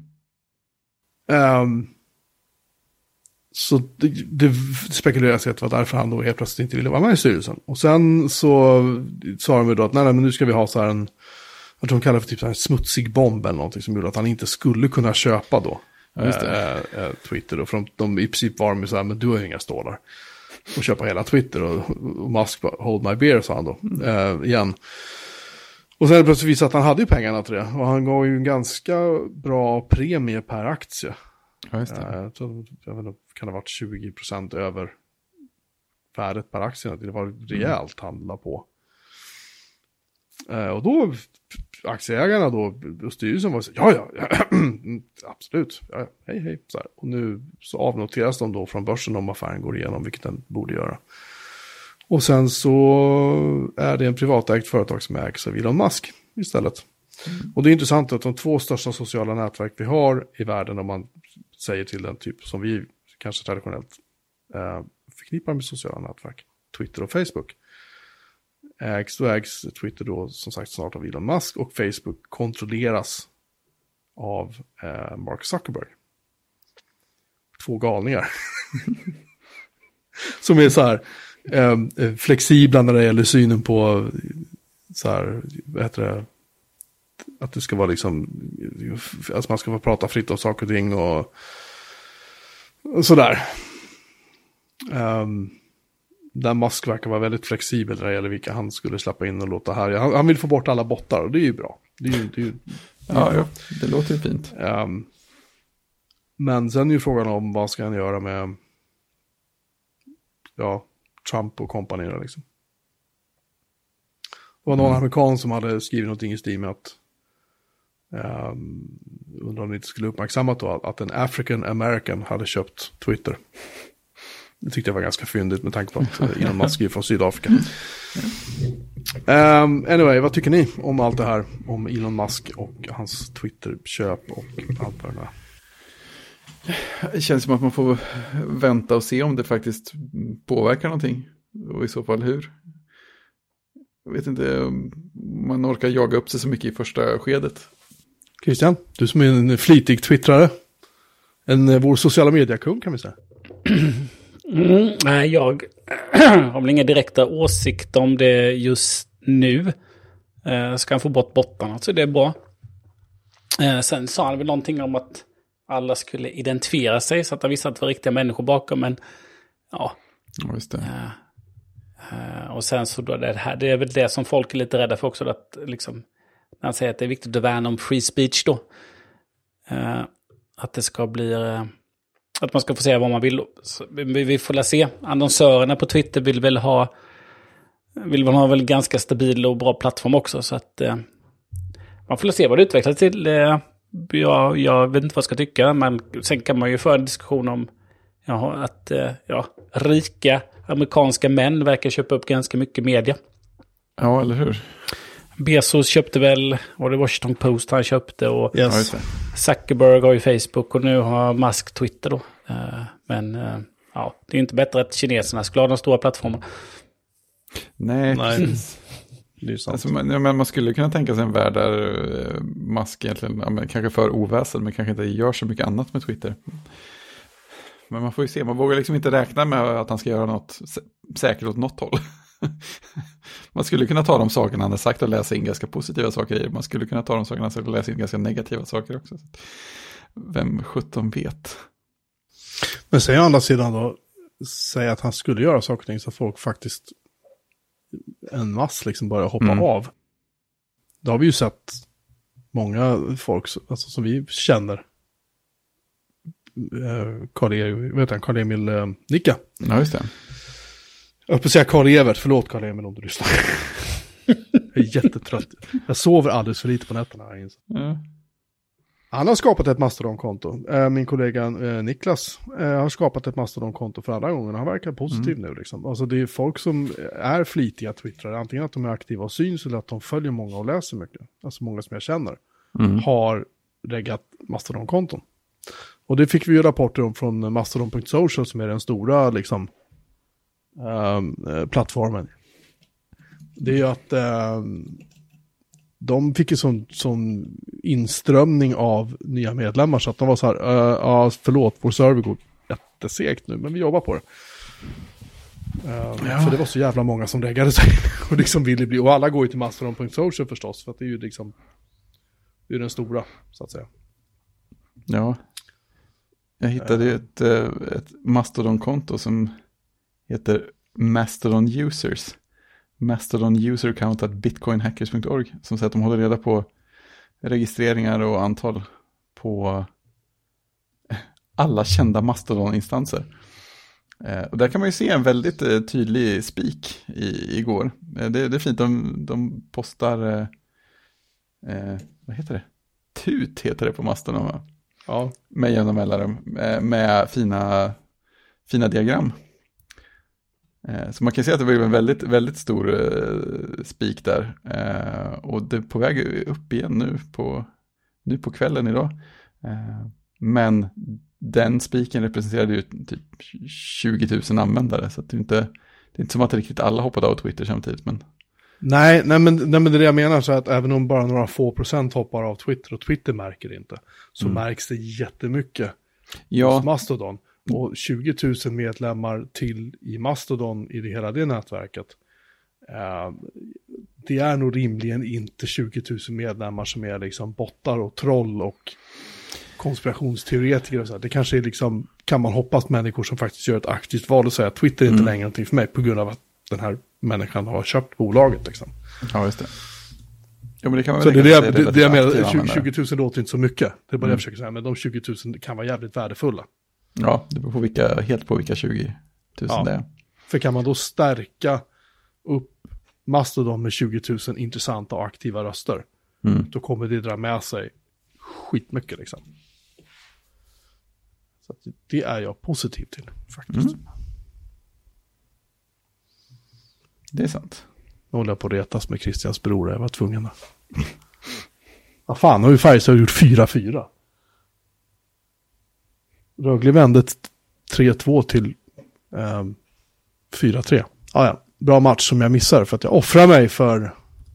Så det spekuleras i att det var därför han då helt plötsligt inte ville vara med i styrelsen. Och sen så sa de ju då att nej, men nu ska vi ha så här en, jag tror de kallar det för typ så här en smutsig bomb eller någonting som gjorde att han inte skulle kunna köpa då Twitter. Och från de i princip var de ju så här, men du har ju inga stålar. Och köpa hela Twitter och Musk bara, hold my beer, sa han då igen. Och sen plötsligt visade att han hade ju pengarna till det. Och han gav ju en ganska bra premie per aktie. Ja, just det. Jag vet inte, kan det ha varit 20% över värdet per aktien. Det var rejält handla på. Och då aktieägarna då och styrelsen var så ja, absolut. Ja, hej. Så här. Och nu så avnoteras de då från börsen om affären går igenom, vilket den borde göra. Och sen så är det en privatägt företag som ägs av Elon Musk istället. Mm. Och det är intressant att de 2 största sociala nätverk vi har i världen, om man säger till den typ som vi kanske traditionellt förknippar med sociala nätverk, Twitter och Facebook. Ägs Twitter då som sagt snart av Elon Musk, och Facebook kontrolleras av Mark Zuckerberg. 2 galningar. Som är så här flexibla när det gäller synen på så här, vad heter det, att det ska vara liksom, alltså man ska få prata fritt om saker och ting och sådär. Där Musk verkar vara väldigt flexibel när det gäller vilka han skulle släppa in och låta här. Han vill få bort alla bottar, och det är ju bra. Ja, det låter ju fint. Men sen är ju frågan om vad ska han göra med Trump och kompanierna liksom. Det var någon amerikan som hade skrivit någonting i stil med att undrar om det inte skulle uppmärksammat då att en African American hade köpt Twitter. Det tyckte jag var ganska fyndigt med tanke på att Elon Musk är från Sydafrika. Anyway, vad tycker ni om allt det här? Om Elon Musk och hans Twitter-köp och allt vad det är? Det känns som att man får vänta och se om det faktiskt påverkar någonting. Och i så fall hur. Jag vet inte om man orkar jaga upp sig så mycket i första skedet. Christian, du som är en flitig twittrare. Vår sociala mediekung kan vi säga. Nej, jag har väl inga direkta åsikter om det just nu. Ska han få bort bottarna så det är bra. Sen sa han väl någonting om att alla skulle identifiera sig så att han visste att det var riktiga människor bakom, men ja. Just det. Och sen så då det är väl det som folk är lite rädda för också, att liksom han säger att det är viktigt att värna om free speech då. Att det ska bli... att man ska få säga vad man vill. Så vi får se. Annonsörerna på Twitter vill väl ha väl ganska stabil och bra plattform också. Så att man får se vad det utvecklas till. Jag vet inte vad jag ska tycka. Men sen kan man ju föra en diskussion om att rika amerikanska män verkar köpa upp ganska mycket media. Ja, eller hur? Bezos köpte väl, och det var Washington Post han köpte, och Yes. Zuckerberg har ju Facebook och nu har Musk Twitter då. Men det är inte bättre att kineserna skulle ha de stora plattformarna. Nej, precis. Det är sant. Alltså, man skulle kunna tänka sig en värld där Musk egentligen, kanske för oväsen, men kanske inte gör så mycket annat med Twitter. Men man får ju se, man vågar liksom inte räkna med att han ska göra något säkert åt något håll. Man skulle kunna ta de sakerna han har sagt och läsa in ganska positiva saker i. Man skulle kunna ta de sakerna han har sagt och läsa in ganska negativa saker också. Vem 17 vet. Men säg å andra sidan då, säg att han skulle göra saker och ting så att folk faktiskt en mass liksom börjar hoppa av. Då har vi ju sett många folk alltså, som vi känner. Karl-Emil Nicka. Ja, just det. Jag får säga Karl-Evert, förlåt Karl-Emil om du lyssnar. Jag är jättetrött. Jag sover alldeles för lite på nätterna. Ja. Han har skapat ett Mastodon-konto. Min kollega Niklas har skapat ett Mastodon-konto för andra gången. Han verkar positiv nu. Liksom. Alltså det är folk som är flitiga twittrare. Antingen att de är aktiva och syns eller att de följer många och läser mycket. Alltså många som jag känner har reggat Mastodon-konton. Och det fick vi ju rapporter om från Mastodon.social som är den stora liksom, plattformen. Det är ju att de fick ju sån inströmning av nya medlemmar så att de var så här, förlåt, vår server går jättesegt nu, men vi jobbar på det. För det var så jävla många som reggade sig och liksom ville bli, och alla går ju till Mastodon.social förstås, för att det är ju liksom det är den stora, så att säga. Ja. Jag hittade ett Mastodon-konto som heter Mastodon Users. Mastodon User Account at bitcoinhackers.org, som säger att de håller reda på registreringar och antal på alla kända Mastodon-instanser. Och där kan man ju se en väldigt tydlig spik igår. Det är fint, de postar vad heter det? Tut heter det på Mastodon, va? Ja. Med jämna mellanrum, med fina diagram. Så man kan se att det var en väldigt, väldigt stor spik där. Och det är på väg upp igen nu på kvällen idag. Men den spiken representerade ju typ 20 000 användare. Så att det är inte som att riktigt alla hoppade av Twitter samtidigt. Men... Nej, men det är det jag menar, så att även om bara några få procent hoppar av Twitter och Twitter märker det inte, så märks det jättemycket hos Mastodon. Och 20 000 medlemmar till i Mastodon i hela det nätverket. Det är nog rimligen inte 20 000 medlemmar som är liksom bottar och troll och konspirationsteoretiker och så. Det kanske är liksom, kan man hoppas, människor som faktiskt gör ett aktivt val och säger att Twitter är inte längre någonting för mig på grund av att den här människan har köpt bolaget liksom. Ja, just det. Ja, men det kan man så väl det jag menar, 20 000 låter inte så mycket. Det är bara det jag försöker säga, men de 20 000 kan vara jävligt värdefulla. Ja, det beror helt på vilka 20 000 det är. För kan man då stärka upp Mastodon med 20 000 intressanta och aktiva röster, då kommer det dra med sig skitmycket liksom. Så att det är jag positiv till faktiskt. Det är sant. Nu håller jag på att retas med Christians bror, jag var tvungen. Vad fan, har ju Färjestad gjort 4-4. Rögle vände 3-2 till 4-3. Ja, bra match som jag missar för att jag offrar mig för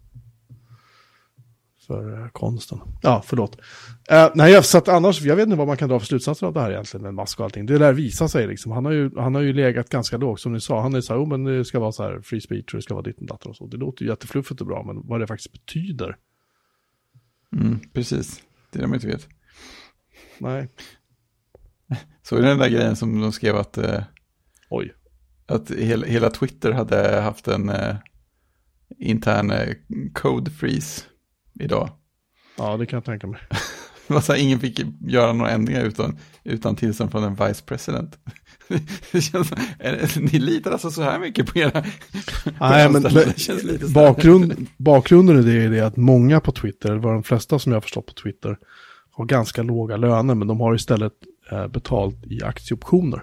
konsten. Ja, förlåt. Nej, så att annars, jag vet inte vad man kan dra för slutsatser av det här egentligen med Musk och allting. Det där visar sig liksom. Han har ju legat ganska lågt, som ni sa. Han är så här, men det ska vara så här free speech och det ska vara ditt och dator och så. Det låter ju jättefluffigt och bra, men vad det faktiskt betyder. Precis. Det är det man inte vet. Nej. Så är det den där grejen som de skrev att att hela Twitter hade haft en intern code freeze idag. Ja, det kan jag tänka mig. Ingen fick göra några ändringar utan tillstånd från en vice president. Det känns, ni litar alltså så här mycket på era... Nej, men det känns lite bakgrunden i det är det att många på Twitter, eller de flesta som jag har förstått på Twitter, har ganska låga löner, men de har istället betalt i aktieoptioner.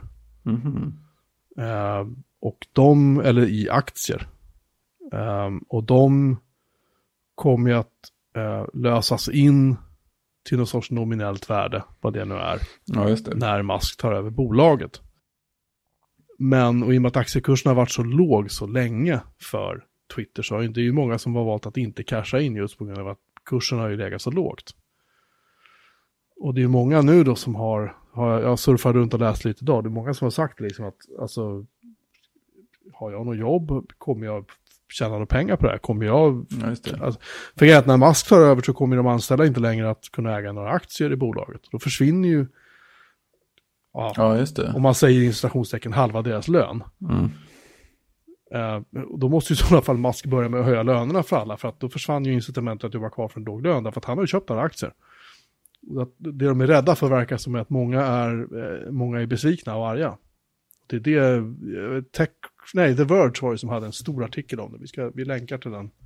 Och eller i aktier. Och de kommer ju att lösas in till någon sorts nominellt värde, vad det nu är, just det. När Musk tar över bolaget. Men, och i och med att aktiekursen har varit så låg så länge för Twitter, så är det ju många som har valt att inte casha in just på grund av att kursen har ju legat så lågt. Och det är många nu då som jag surfar runt och läst lite idag, det är många som har sagt liksom att alltså, har jag något jobb, kommer jag tjäna några pengar på det här? Kommer jag... Ja, just det. Alltså, för att när Musk tar över så kommer de anställda inte längre att kunna äga några aktier i bolaget. Då försvinner ju, just det. om man säger i installationstecken, halva deras lön. Då måste ju i sådana fall Musk börja med att höja lönerna för alla, för att då försvann ju incitamentet att jobba kvar för en låg lön, därför att han har ju köpt några aktier. Det de är rädda för verkar som att många är besvikna och arga. Det är det The Verge var ju som hade en stor artikel om det. Vi länkar till den.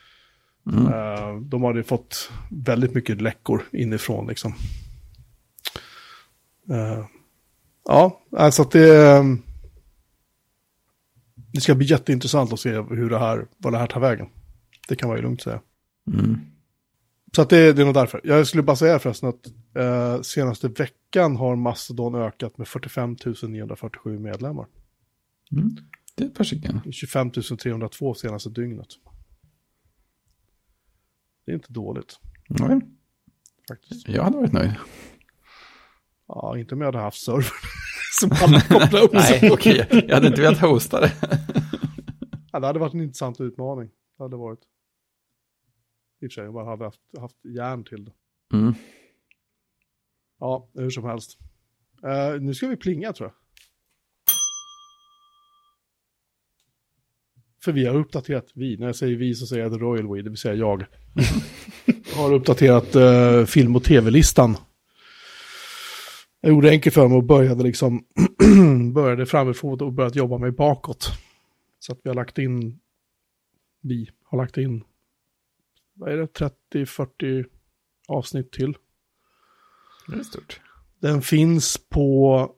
De hade fått väldigt mycket läckor inifrån liksom. Ja, alltså att det ska bli jätteintressant att se vad det här tar vägen. Det kan man ju lugnt säga. Så att det är nog därför. Jag skulle bara säga förresten att senaste veckan har Mastodon ökat med 45 947 medlemmar. Det är ett par stycken. 25 302 senaste dygnet. Det är inte dåligt. Nej. Faktiskt. Jag hade varit nöjd. Ja, inte om jag hade haft server som alla kopplar upp. Nej, okej. Jag hade inte velat hosta det. Ja, det hade varit en intressant utmaning. Det hade varit. I och för sig, jag bara hade haft järn till det. Ja, hur som helst. Nu ska vi plinga, tror jag. För vi har uppdaterat när jag säger vi så säger jag The Royal We, det vill säga jag. Har uppdaterat film- och tv-listan. Jag gjorde det enkelt för mig och började framifrån och börjat jobba mig bakåt. Så att vi har lagt in vad är det, 30-40 avsnitt till. Det är stort. Den finns på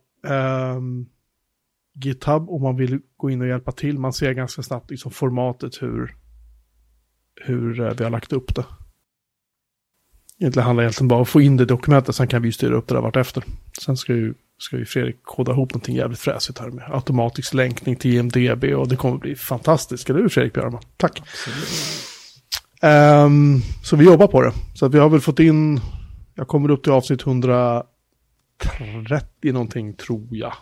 GitHub om man vill gå in och hjälpa till. Man ser ganska snabbt liksom formatet hur vi har lagt upp det. Egentligen handlar det bara om att få in det dokumentet, sen kan vi styra upp det där vart efter. Sen ska ju Fredrik koda ihop någonting jävligt fräsigt här med automatisk länkning till IMDB och det kommer bli fantastiskt. Eller hur, Fredrik Björman? Tack. Så vi jobbar på det. Så att vi har väl fått in, jag kommer upp till avsnitt 130 någonting tror jag.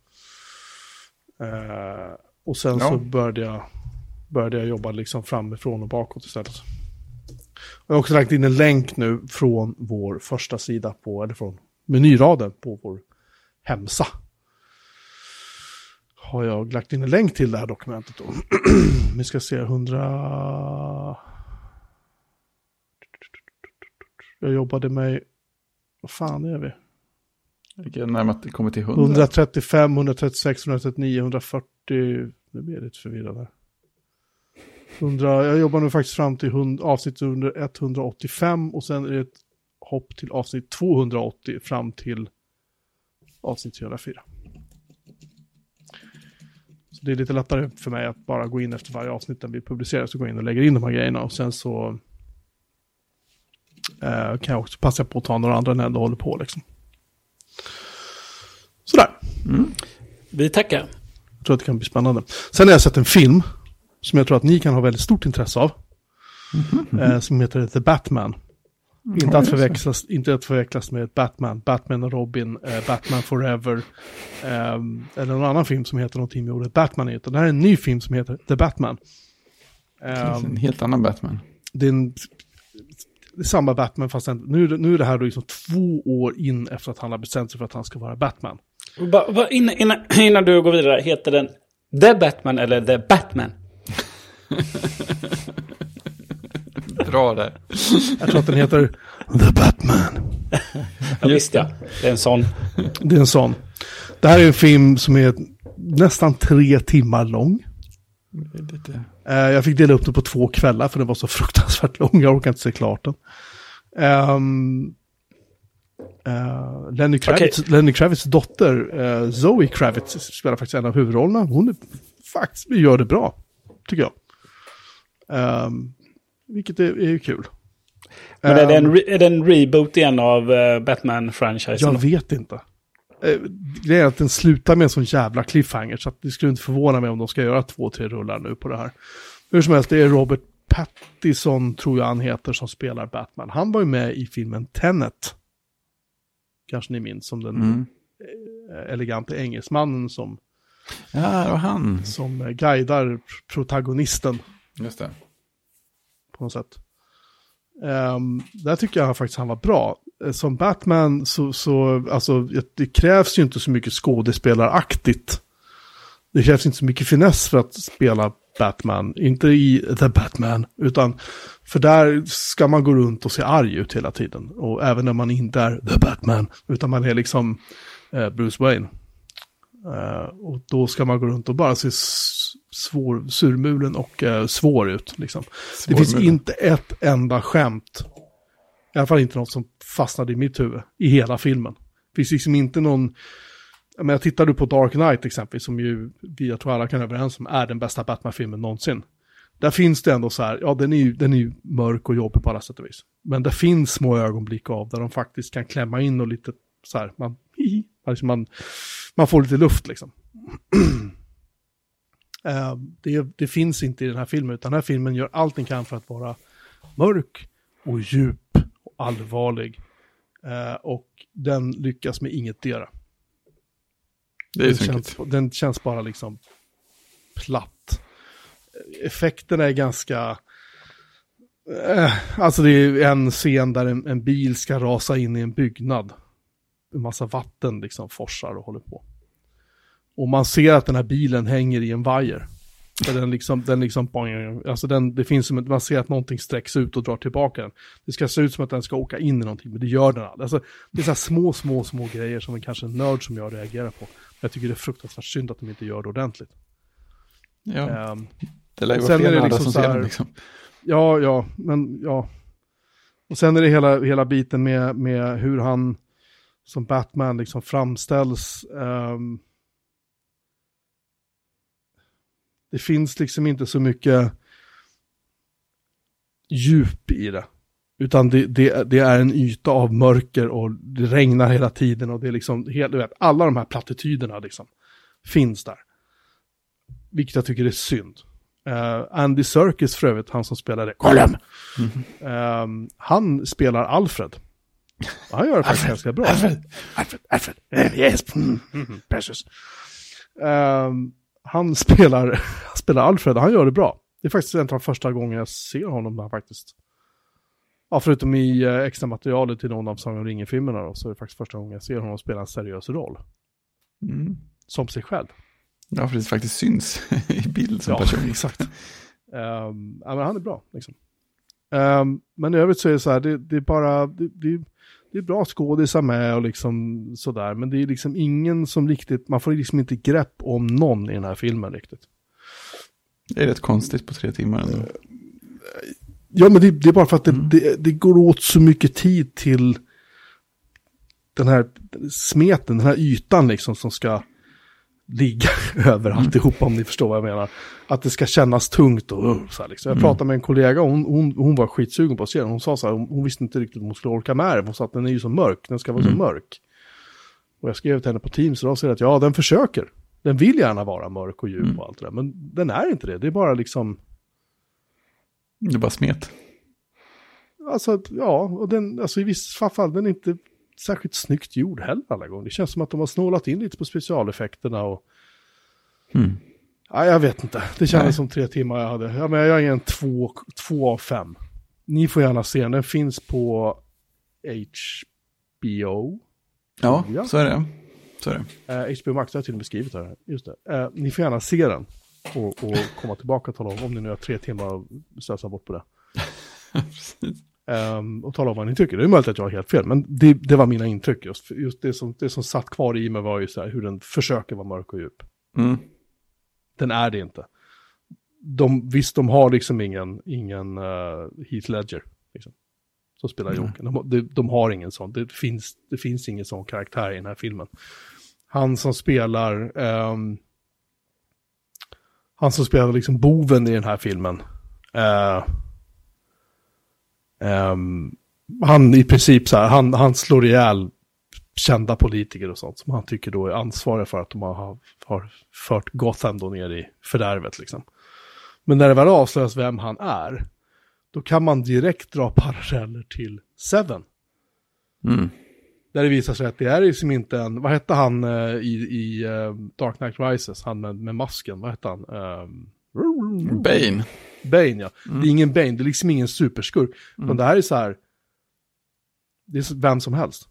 Och sen så började jag jobba liksom framifrån och bakåt istället. Jag har också lagt in en länk nu från vår första sida eller från menyraden på vår hemsida. Har jag lagt in en länk till det här dokumentet då. Vi ska se 100. Jag jobbade med, vad fan är vi? Vilken närmare att det kommer till 100? 135, 136, 139, 140. Nu blir jag lite förvirrad här. Jag jobbar nu faktiskt fram till avsnitt under 185 och sen är det ett hopp till avsnitt 280 fram till avsnitt 304. Så det är lite lättare för mig att bara gå in efter varje avsnitt där vi publicerar, så gå in och lägger in de här grejerna och sen så kan jag också passa på att ta några andra när jag håller på liksom. Sådär. Vi tackar. Jag tror att det kan bli spännande. Sen har jag sett en film som jag tror att ni kan ha väldigt stort intresse av. Som heter The Batman. Inte att förväxlas med Batman och Robin, Batman Forever. Eller någon annan film som heter någonting med ordet Batman i. Det här är en ny film som heter The Batman. En helt annan Batman. Det är samma Batman fast nu är det här då liksom 2 år in efter att han har bestämt sig för att han ska vara Batman. Innan du går vidare, heter den The Batman eller The Batman? Bra där. Jag tror att den heter The Batman. Ja, visst ja. Det är en sån. Det är en sån. Det här är en film som är nästan 3 timmar lång. Jag fick dela upp det på 2 kvällar för den var så fruktansvärt lång. Jag orkar inte se klart den. Lenny Kravitz dotter Zoe Kravitz spelar faktiskt en av huvudrollerna. Hon är faktiskt gör det bra, tycker jag. Vilket är kul. Men är det en reboot igen av Batman-franchisen? Jag vet inte. Det är att den slutar med en sån jävla cliffhanger, så att det skulle inte förvåna mig om de ska göra 2-3 rullar nu på det här. Hur som helst, det är Robert Pattinson, tror jag han heter, som spelar Batman. Han var ju med i filmen Tenet. Kanske ni minns, som den elegante engelsmannen som och han som guidar protagonisten. Just det. På något sätt. Där tycker jag faktiskt han var bra. Som Batman så alltså, det krävs ju inte så mycket skådespelaraktigt. Det krävs inte så mycket finess för att spela Batman. Inte i The Batman, utan för där ska man gå runt och se arg ut hela tiden. Och även när man inte är The Batman, utan man är liksom Bruce Wayne. Och då ska man gå runt och bara se surmulen och svår ut. Liksom. Det finns inte ett enda skämt, i alla fall inte något som fastnade i mitt huvud, i hela filmen. Det finns liksom inte någon... Men jag tittade på Dark Knight exempelvis, som ju jag tror alla kan överens om är den bästa Batman-filmen någonsin. Där finns det ändå så här, ja den är ju mörk och jobbig på alla sätt och vis. Men det finns små ögonblick av där de faktiskt kan klämma in och lite så här, man får lite luft liksom. Det finns inte i den här filmen, utan den här filmen gör allt den kan för att vara mörk och djup och allvarlig. Och den lyckas med ingetdera. Det är den känns bara liksom platt. Effekterna är ganska... alltså det är en scen där en bil ska rasa in i en byggnad. En massa vatten liksom forsar och håller på. Och man ser att den här bilen hänger i en vajer. Det finns som man ser att någonting sträcks ut och drar tillbaka den. Det ska se ut som att den ska åka in i någonting, men det gör den aldrig. Alltså, det är så här små grejer som kanske en nörd som jag reagerar på. Men jag tycker det är fruktansvärt synd att de inte gör det ordentligt. Ja, det lär ju vara fler andra som ser den liksom. Ja. Och sen är det hela biten med hur han som Batman liksom framställs. Det finns liksom inte så mycket djup i det. Utan det är en yta av mörker och det regnar hela tiden. Och det är liksom, du vet, alla de här plattityderna liksom finns där. Vilket jag tycker är synd. Andy Serkis för övrigt, han som spelade Gollum. Han spelar Alfred. Han gör det faktiskt ganska bra. Alfred. Yes. Precious. Han spelar Alfred, han gör det bra. Det är faktiskt en av de första gångerna jag ser honom där faktiskt. Ja, förutom i extra materialet till någon av Sagan om ringen-filmerna då, så är det faktiskt första gången jag ser honom spela en seriös roll. Som sig själv. Ja, för det faktiskt syns i bild som person. Ja, exakt. Men han är bra liksom. Men i övrigt så är det så här, det är bara... Det är bra skådisar med och liksom sådär. Men det är liksom ingen som riktigt... Man får liksom inte grepp om någon i den här filmen riktigt. Det är rätt konstigt på 3 timmar ändå. Ja, men det är bara för att det går åt så mycket tid till den här smeten, den här ytan liksom som ska ligga över alltihop, om ni förstår vad jag menar. Att det ska kännas tungt och så här liksom. Jag pratade med en kollega, hon var skitsugen på att se den. Hon sa så här, hon visste inte riktigt om hon skulle orka med det. Hon sa att den är ju så mörk, den ska vara så mörk. Och jag skrev till henne på Teams och då sa att ja, den försöker. Den vill gärna vara mörk och djup och allt det där. Men den är inte det, det är bara liksom... Det är bara smet. Alltså, ja, och den, alltså i vissa fall, den är inte särskilt snyggt gjord heller alla gånger. Det känns som att de har snålat in lite på specialeffekterna och... Ja, jag vet inte. Det kändes som 3 timmar jag hade. Ja, men jag ger en 2 av 5. Ni får gärna se den. Den finns på HBO. Ja, så är det. HBO Max har jag till och med skrivit här. Just det. Ni får gärna se den. Och komma tillbaka och tala om ni nu har 3 timmar och slösa bort på det. Och tala om vad ni tycker. Det är möjligt att jag har helt fel, men det var mina intryck. Just det som satt kvar i mig var ju så här, hur den försöker vara mörk och djup. Den är det inte. Visst, de har liksom ingen Heath Ledger liksom, som spelar Jokern. De har ingen sån. Det finns ingen sån karaktär i den här filmen. Han som spelar liksom boven i den här filmen. Han i princip så här, han slår ihjäl kända politiker och sånt som han tycker då är ansvariga för att de har fört Gotham då ner i fördärvet liksom. Men när det väl avslöjas vem han är, då kan man direkt dra paralleller till Seven. Där det visar sig att det är liksom inte en, vad hette han i Dark Knight Rises, han med masken, vad hette han? Bane, ja. Det är ingen Bane, det är liksom ingen superskurk. Men det här är så här, det är vem som helst.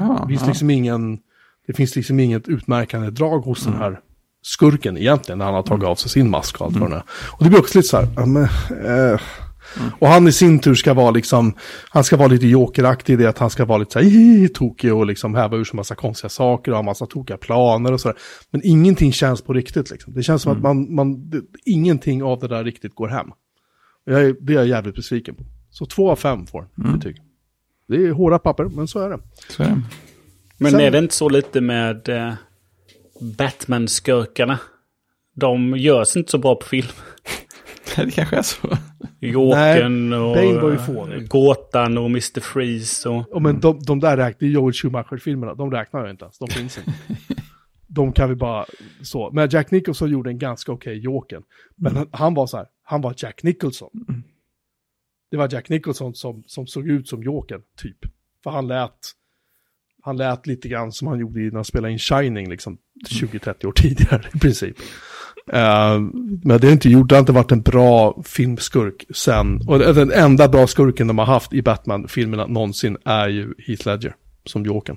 Det finns liksom inget utmärkande drag hos den här skurken egentligen när han har tagit av sig sin mask och allt vad det är. Och det blir också lite så här, och han i sin tur ska vara liksom, han ska vara lite jokeraktig i det att han ska vara lite så här tokig och liksom häva ur så massa konstiga saker och ha massa tokiga planer och sådär. Men ingenting känns på riktigt liksom. Det känns som att ingenting av det där riktigt går hem. Det är jag jävligt besviken på. Så 2 av 5 får betyg. Det är hårda papper, men så är det. Men sen, är det inte så lite med Batman-skurkarna? De görs inte så bra på film. Det kanske är så. Jokern och Bane var ju fånig. Gåtan och Mr. Freeze. Och... men de där räknar, Joel Schumacher-filmerna, de räknar jag inte ens. De finns inte. De kan vi bara så. Men Jack Nicholson gjorde en ganska okej Jokern. Men han var så här, han var Jack Nicholson. Det var Jack Nicholson som såg ut som Jokern, typ. För han lät lite grann som han gjorde när han spelade in Shining liksom 20-30 år tidigare i princip. Men det har inte varit en bra filmskurk sen. Och den enda bra skurken de har haft i Batman-filmerna någonsin är ju Heath Ledger som Jokern.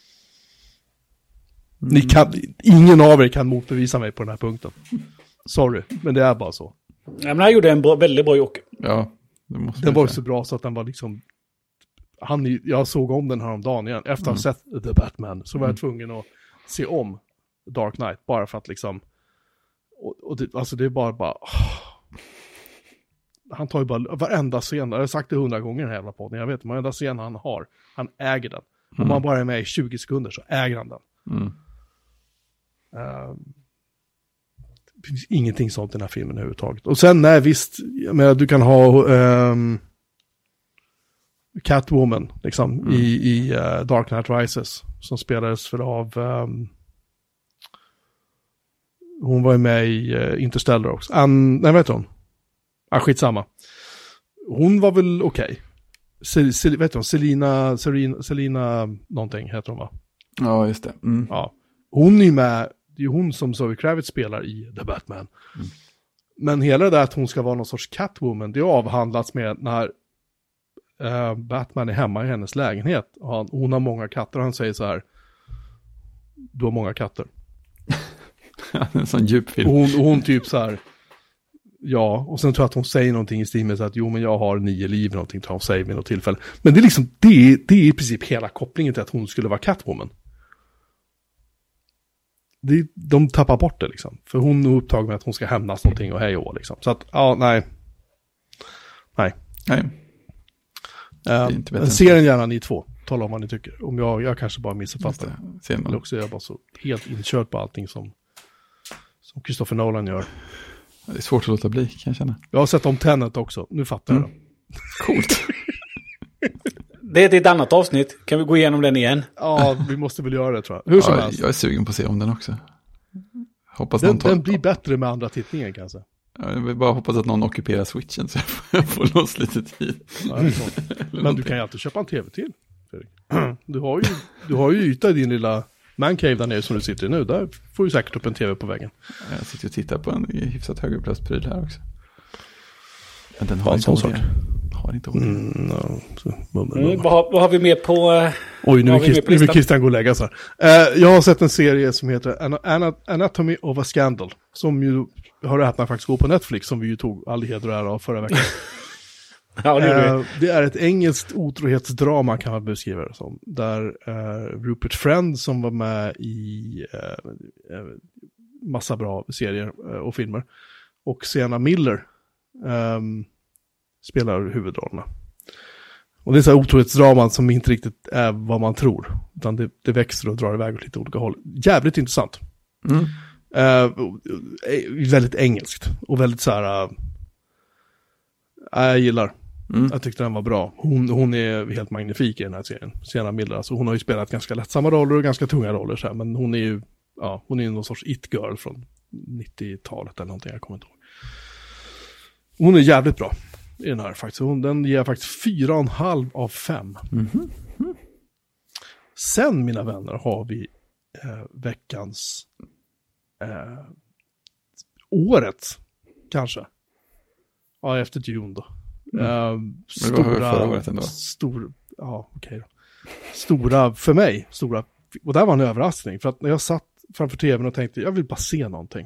Ingen av er kan motbevisa mig på den här punkten. Sorry, men det är bara så. Ja, men han gjorde en väldigt bra Joker. Ja, den var så bra så att den var liksom... Jag såg om den här om dagen igen. Efter att ha sett The Batman så var jag tvungen att se om Dark Knight. Bara för att liksom... Och det, alltså det är bara... Han tar ju bara varenda scen. Jag har sagt det 100 gånger i den här jävla podden. Jag vet, varenda scen han har. Han äger den. Om man bara är med i 20 sekunder så äger han den. Det finns ingenting sånt i den här filmen överhuvudtaget. Och sen, nej visst, men du kan ha Catwoman liksom, i Dark Knight Rises som spelades för av hon var ju med i Interstellar också. Nej, vet hon? Skitsamma. Hon var väl okej. Vet du, Selina någonting heter hon, va? Ja, just det. Ja. Hon är med, det är ju hon som Zoe Kravitz spelar i The Batman. Men hela det där att hon ska vara någon sorts Catwoman, det avhandlats med när Batman är hemma i hennes lägenhet. Och hon har många katter och han säger så här: du har många katter. En sån djup film. Och hon typ så här, ja, och sen tror jag att hon säger någonting i stil med så att jo, men jag har 9 liv, någonting tar hon säger vid något tillfälle. Men det är liksom, det är i princip hela kopplingen till att hon skulle vara Catwoman. De tappar bort det liksom. För hon är upptagen med att hon ska hämnas någonting och hej och liksom. Så att, ja, nej. Serien gärna ni två. Tala om vad ni tycker. Om jag kanske bara missuppfattar det. Eller också är jag bara så helt inkörd på allting som Christopher Nolan gör. Det är svårt att låta bli, kan jag känna. Jag har sett om Tenet också. Nu fattar jag det. Coolt. Det är ett annat avsnitt. Kan vi gå igenom den igen? Ja, vi måste väl göra det, tror jag. Hur som helst. Jag är sugen på att se om den också. Hoppas den blir bättre med andra tittningar kanske. Jag vill bara hoppas att någon ockuperar switchen så jag får loss lite tid. Ja, men du kan ju alltid köpa en tv till, Fredrik. Du har ju yta i din lilla mancave där nere som du sitter i nu. Där får du säkert upp en tv på väggen. Jag sitter och tittar på en hyfsat högupplöst-pryl här också. Men den har inte hållit. Vad har vi med på... Oj, nu vill Christian gå och lägga sig. Jag har sett en serie som heter Anatomy of a Scandal. Som ju, har det här faktiskt gå på Netflix, som vi ju tog all heder och ära av förra veckan. Ja, det är ett engelskt otrohetsdrama kan man beskriva det som. Där Rupert Friend som var med i massa bra serier och filmer. Och Sienna Miller spelar huvudrollerna. Och det är så här otrohetsdraman som inte riktigt är vad man tror. Utan det växer och drar iväg åt lite olika håll. Jävligt intressant. Väldigt engelskt. Och väldigt så här... jag gillar. Jag tyckte den var bra. Hon är helt magnifik i den här serien. Sienna Miller. Alltså hon har ju spelat ganska lättsamma roller och ganska tunga roller. Så här, men hon är ju hon är någon sorts it-girl från 90-talet eller någonting. Jag kommer inte ihåg. Hon är jävligt bra i den här faktiskt. Den ger faktiskt 4,5 av 5. Sen, mina vänner, har vi veckans året kanske. Ja, efter Dune då. Stora för mig. Och det var en överraskning. För att när jag satt framför tvn och tänkte jag vill bara se någonting.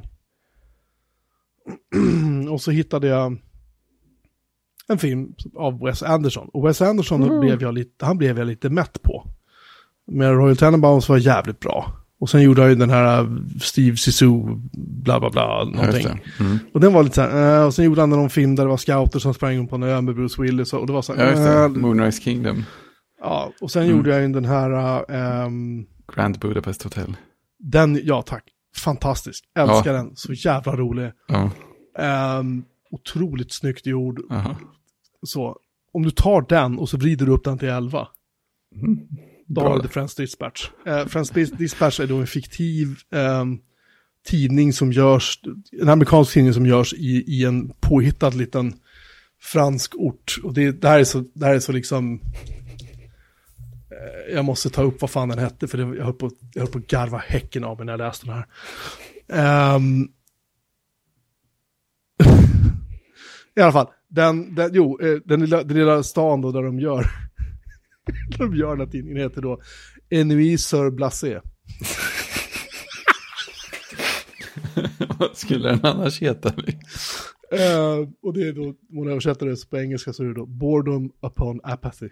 Och så hittade jag en film av Wes Anderson. Och Wes Anderson blev jag lite mätt på. Men Royal Tenenbaums var jävligt bra. Och sen gjorde jag ju den här Steve Zissou bla bla bla någonting. Och den var lite så här, och sen gjorde han någon film där det var scouter som sprang på en ö med Bruce Willis och det var så här, Moonrise Kingdom. Ja, och sen gjorde jag ju den här Grand Budapest Hotel. Den, ja tack. Fantastisk. Älskar den. Så jävla rolig. Otroligt snyggt gjord. Så om du tar den och så vrider du upp den till 11. Då har du The Friends Dispatch. Friends Dispatch är då en fiktiv tidning som görs, en amerikansk tidning som görs i en påhittad liten fransk ort. Och det här är så liksom jag måste ta upp vad fan den hette för jag höll på att garva häcken av mig när jag läste den här. I alla fall, den lilla stan då där de gör den här tidningen heter då Ennui sur Blasé. Vad skulle den annars heta? Och det är då, om man översätter det på engelska så är det då Boredom upon Apathy.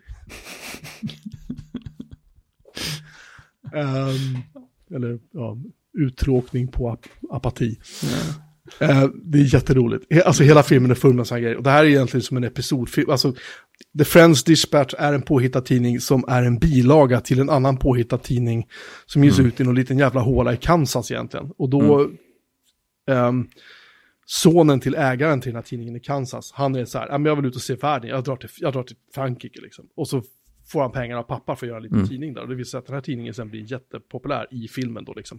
Eller uttråkning på apati. Det är jätteroligt. Alltså hela filmen är full med sådana grejer. Och det här är egentligen som en episodfilm. Alltså The Friends Dispatch är en påhittad tidning som är en bilaga till en annan påhittad tidning som ges ut i någon liten jävla håla i Kansas egentligen. Och då sonen till ägaren till den här tidningen i Kansas, han är så här, jag vill ut och se världen, jag drar till Frankrike liksom. Och så får han pengar av pappa för att göra en liten tidning där. Och det vill säga att den här tidningen sen blir jättepopulär i filmen då liksom.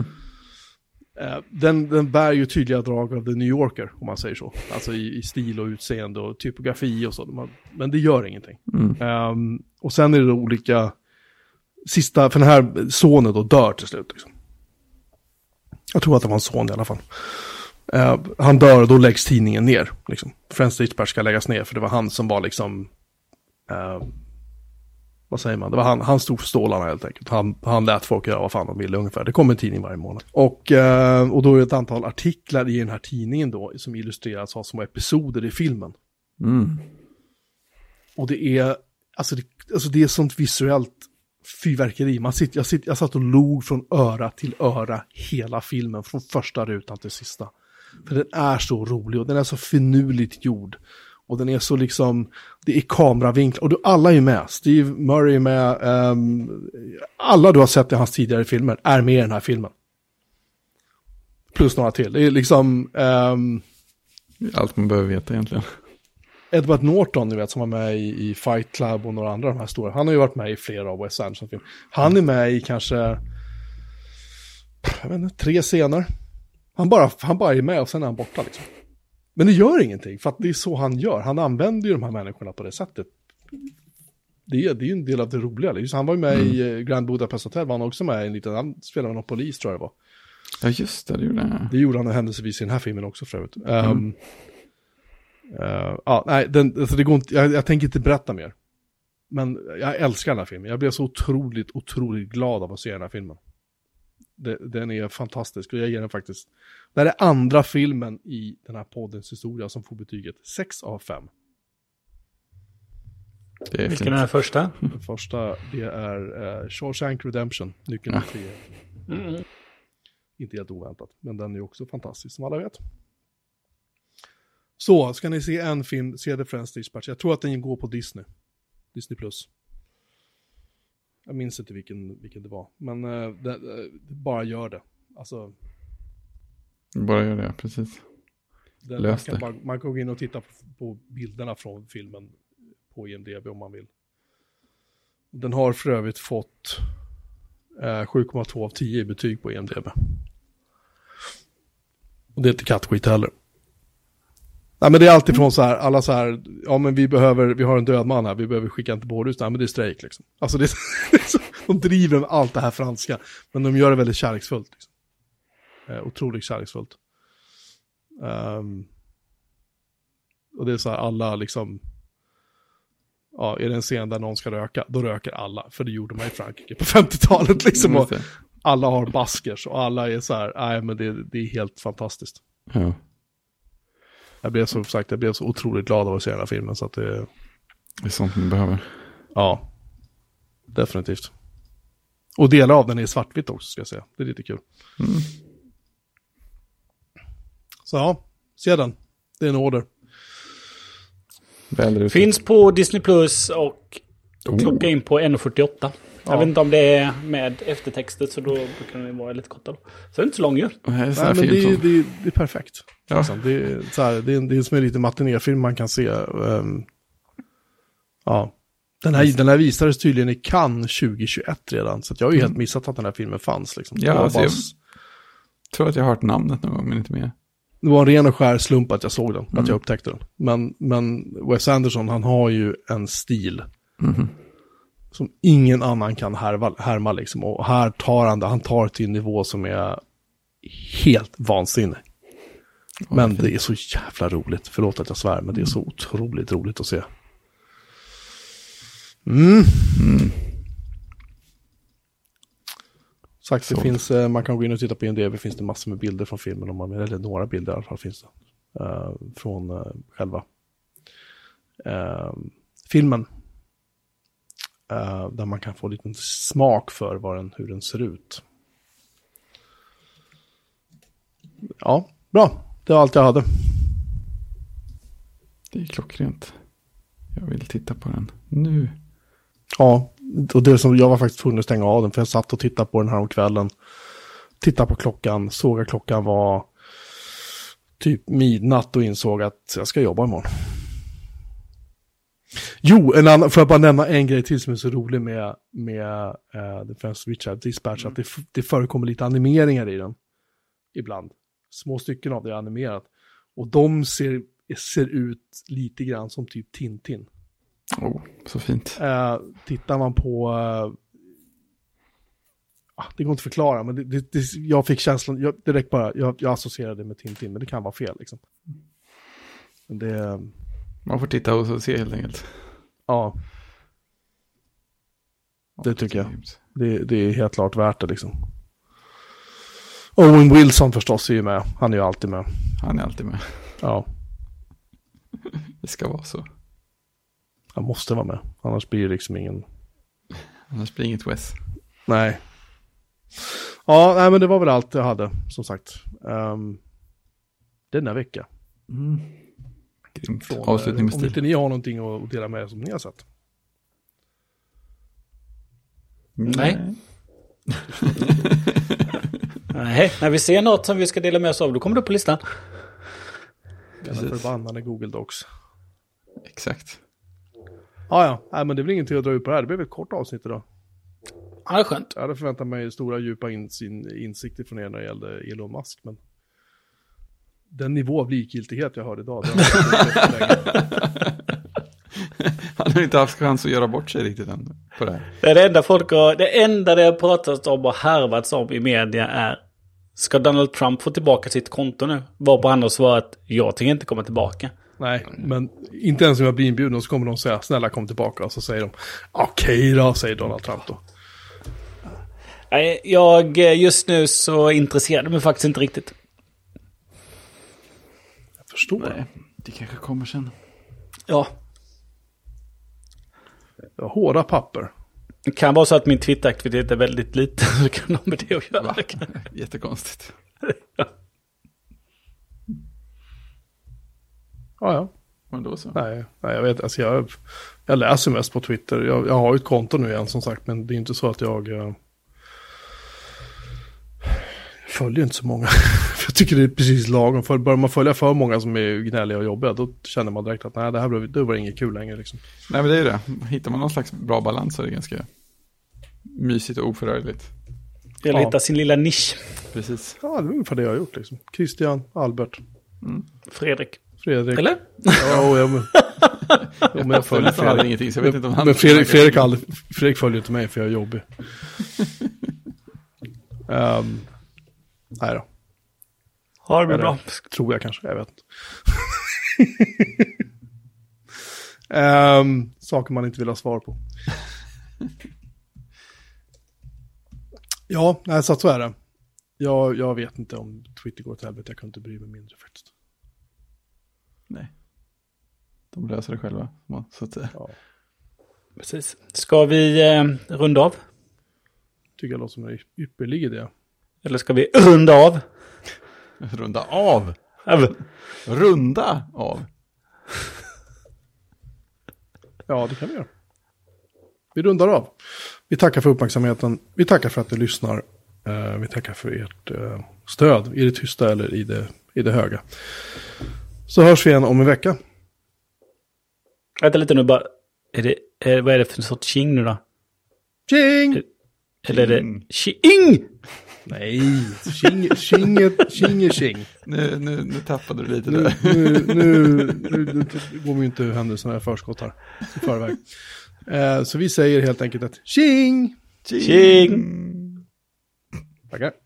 Den bär ju tydliga drag av The New Yorker, om man säger så. Alltså i stil och utseende och typografi och så. Men det gör ingenting. Och sen är det olika för den här sonen då dör till slut liksom. Jag tror att det var en son i alla fall. Han dör och då läggs tidningen ner liksom. Friends Dispatch ska läggas ner för det var han som var liksom vad säger man? Det var han stod för stålarna helt enkelt. Han lät folk göra vad fan de ville ungefär. Det kom en tidning varje månad. Och då är det ett antal artiklar i den här tidningen då som illustreras av små episoder i filmen. Och det är det är sånt visuellt fyrverkeri. Jag satt och log från öra till öra hela filmen från första rutan till sista. För den är så rolig och den är så finurligt gjord. Och den är så liksom, det är kameravinklar. Och alla är med. Steve Murray är med. Alla du har sett i hans tidigare filmer är med i den här filmen. Plus några till. Det är liksom... allt man behöver veta egentligen. Edward Norton, ni vet, som var med i Fight Club och några andra av de här stora. Han har ju varit med i flera av Wes Anderson-filmer. Han är med i kanske... jag vet inte, 3 scener. Han bara är med och sen är han borta liksom. Men det gör ingenting, för att det är så han gör. Han använder ju de här människorna på det sättet. Det är ju en del av det roliga. Just, han var ju med i Grand Budapest Hotel, var han också med i en liten, han spelade med någon polis tror jag det var. Ja just det, det gjorde han. Det gjorde han händelsevis i den här filmen också för övrigt. Nej, alltså det går inte, jag tänker inte berätta mer. Men jag älskar den här filmen. Jag blev så otroligt glad av att se den här filmen. Den är fantastisk och jag ger den faktiskt. Det här är andra filmen i den här poddens historia som får betyget 6 av 5. Vilken är den första? Den första, det är Shawshank Redemption, nyckeln till frihet. Inte helt oväntat, men den är också fantastisk som alla vet. Så, ska ni se en film, se The French Dispatch. Jag tror att den går på Disney Plus. Jag minns inte vilken det var, men bara gör det. Alltså, bara gör det, precis. Man kan gå in och titta på bilderna från filmen på IMDb om man vill. Den har för övrigt fått 7,2 av 10 i betyg på IMDb. Och det är inte kattskit heller. Nej, men det är alltid från så här, alla så här, ja men vi har en död man här, vi behöver skicka inte båda ut, nej men det är strejk liksom. Alltså det är de driver med allt det här franska, men de gör det väldigt kärleksfullt liksom. Otroligt kärleksfullt. Och det är så här, alla liksom, ja, är det en scen där någon ska röka, då röker alla, för det gjorde man i Frankrike på 50-talet liksom, och alla har baskers och alla är så här, nej men det är helt fantastiskt. Ja. Jag blev så otroligt glad av att se den här filmen, så att det är sånt man behöver. Ja, definitivt. Och delar av den är svartvitt också, ska jag säga. Det är lite kul. Så ja, se den. Det är en order. Finns på Disney Plus och klocka in på 1:48. Jag vet inte om det är med eftertextet, så då brukar den vara lite kortare. Så det är inte så lång ju. Nej, men det är perfekt. Ja. Alltså, det är så här, det är som en liten matinéfilm man kan se. Ja. Den här visades tydligen i Cannes 2021 redan, så att jag har ju helt missat att den här filmen fanns. Liksom. Ja, alltså, jag tror att jag har hört namnet någon gång, men inte mer. Det var en ren och skär slump att jag såg den, att jag upptäckte den. Men Wes Anderson, han har ju en stil som ingen annan kan härma liksom. Och här tar han tar till en nivå som är helt vansinnig. Men det är så jävla roligt. Förlåt att jag svär, men det är så otroligt roligt att se. Sagt, det finns, man kan gå in och titta på IMDb, finns det massor med bilder från filmen, om man vill, eller några bilder i alla fall finns det. Från själva filmen. Där man kan få lite smak för hur den ser ut. Ja, bra. Det var allt jag hade. Det är klockrent. Jag vill titta på den nu. Ja, och det som jag var faktiskt tvungen att stänga av den, för jag satt och tittade på den här om kvällen. Tittade på klockan, såg att klockan var typ midnatt och insåg att jag ska jobba imorgon. Jo, får jag bara nämna en grej till som är så rolig med The French Dispatch, att det förekommer lite animeringar i den ibland. Små stycken av det är animerat. Och de ser ut lite grann som typ Tintin. Så fint. Tittar man på det går inte att förklara, men jag fick känslan direkt bara, jag associerade det med Tintin, men det kan vara fel liksom. Men det man får titta och se helt enkelt. Ja. Det tycker jag. Det är helt klart värt det liksom. Owen Wilson förstås är ju med. Han är ju alltid med. Han är alltid med. Ja. Det ska vara så. Han måste vara med. Annars blir det liksom ingen... Annars blir det inget Wes. Nej. Ja, nej, men det var väl allt jag hade, som sagt. Den här vecka. Grymt. Avslutning med stil. Om inte ni har någonting att dela med er som ni har sett. Nej. Nej, när vi ser något som vi ska dela med oss av, då kommer det upp på listan. Den förbannade Google Docs. Exakt. Ja. Nej, men det är väl ingenting att dra ut på det här. Det blev ett kort avsnitt idag. Ja, det är skönt. Jag hade förväntat mig stora, djupa insikter från er när det gällde Elon Musk, men den nivå av likgiltighet jag hörde idag. Han har inte haft chans att göra bort sig riktigt än på det här. Det enda det har pratats om och härvats om i media är: ska Donald Trump få tillbaka sitt konto nu? Varpå han har svarat: jag tänker inte komma tillbaka. Nej, men inte ens om jag blir inbjuden så kommer de säga: snälla kom tillbaka. Och så säger de: okej då, säger Donald Trump då. Nej, jag just nu så intresserade mig faktiskt inte riktigt. Jag förstår. Nej, det kanske kommer sen. Ja. Hårda papper. Det kan vara så att min Twitter-aktivitet är väldigt liten. Så kan de med det att göra. Va? Jättekonstigt. Ja. Men då så. Nej, jag vet. Alltså jag läser mest på Twitter. Jag har ju ett konto nu igen som sagt. Men det är inte så att jag följer inte så många. Jag tycker det är precis lagom. Börjar man följa för många som är gnälliga och jobbiga, då känner man direkt att nej, det var inget kul längre. Liksom. Nej, men det är det. Hittar man någon slags bra balans så är det ganska mysigt och oförargligt. Jag letar sin lilla nisch. Precis. Ja, det är ungefär det jag har gjort. Liksom. Christian, Albert. Fredrik. Eller? Ja, men jag följer Fredrik. Ingenting, så jag vet inte om han... Men Fredrik följer inte mig för jag är jobbig. Nej då. Har det bra. Tror jag kanske, jag vet inte. Saker man inte vill ha svar på. Ja, nej, så är det. Jag vet inte om Twitter går till helvete. Jag kan inte bry mig mindre faktiskt. Nej. De löser det själva. Så att, ja. Precis. Ska vi runda av? Tycker jag låter som en ypperlig idé. Eller ska vi runda av? Runda av? Runda av? Ja, det kan vi göra. Vi rundar av. Vi tackar för uppmärksamheten. Vi tackar för att ni lyssnar. Vi tackar för ert stöd i det tysta eller i det höga. Så hörs vi igen om en vecka. Vänta lite nu bara. Vad är det för sorts tjing nu då? Tjing! Eller är det tjing? Nej, tjing. Nu tappade du lite där. Nu går vi ju inte händelserna förskott här i förväg. Så vi säger helt enkelt att tjing! Tjing! Tackar.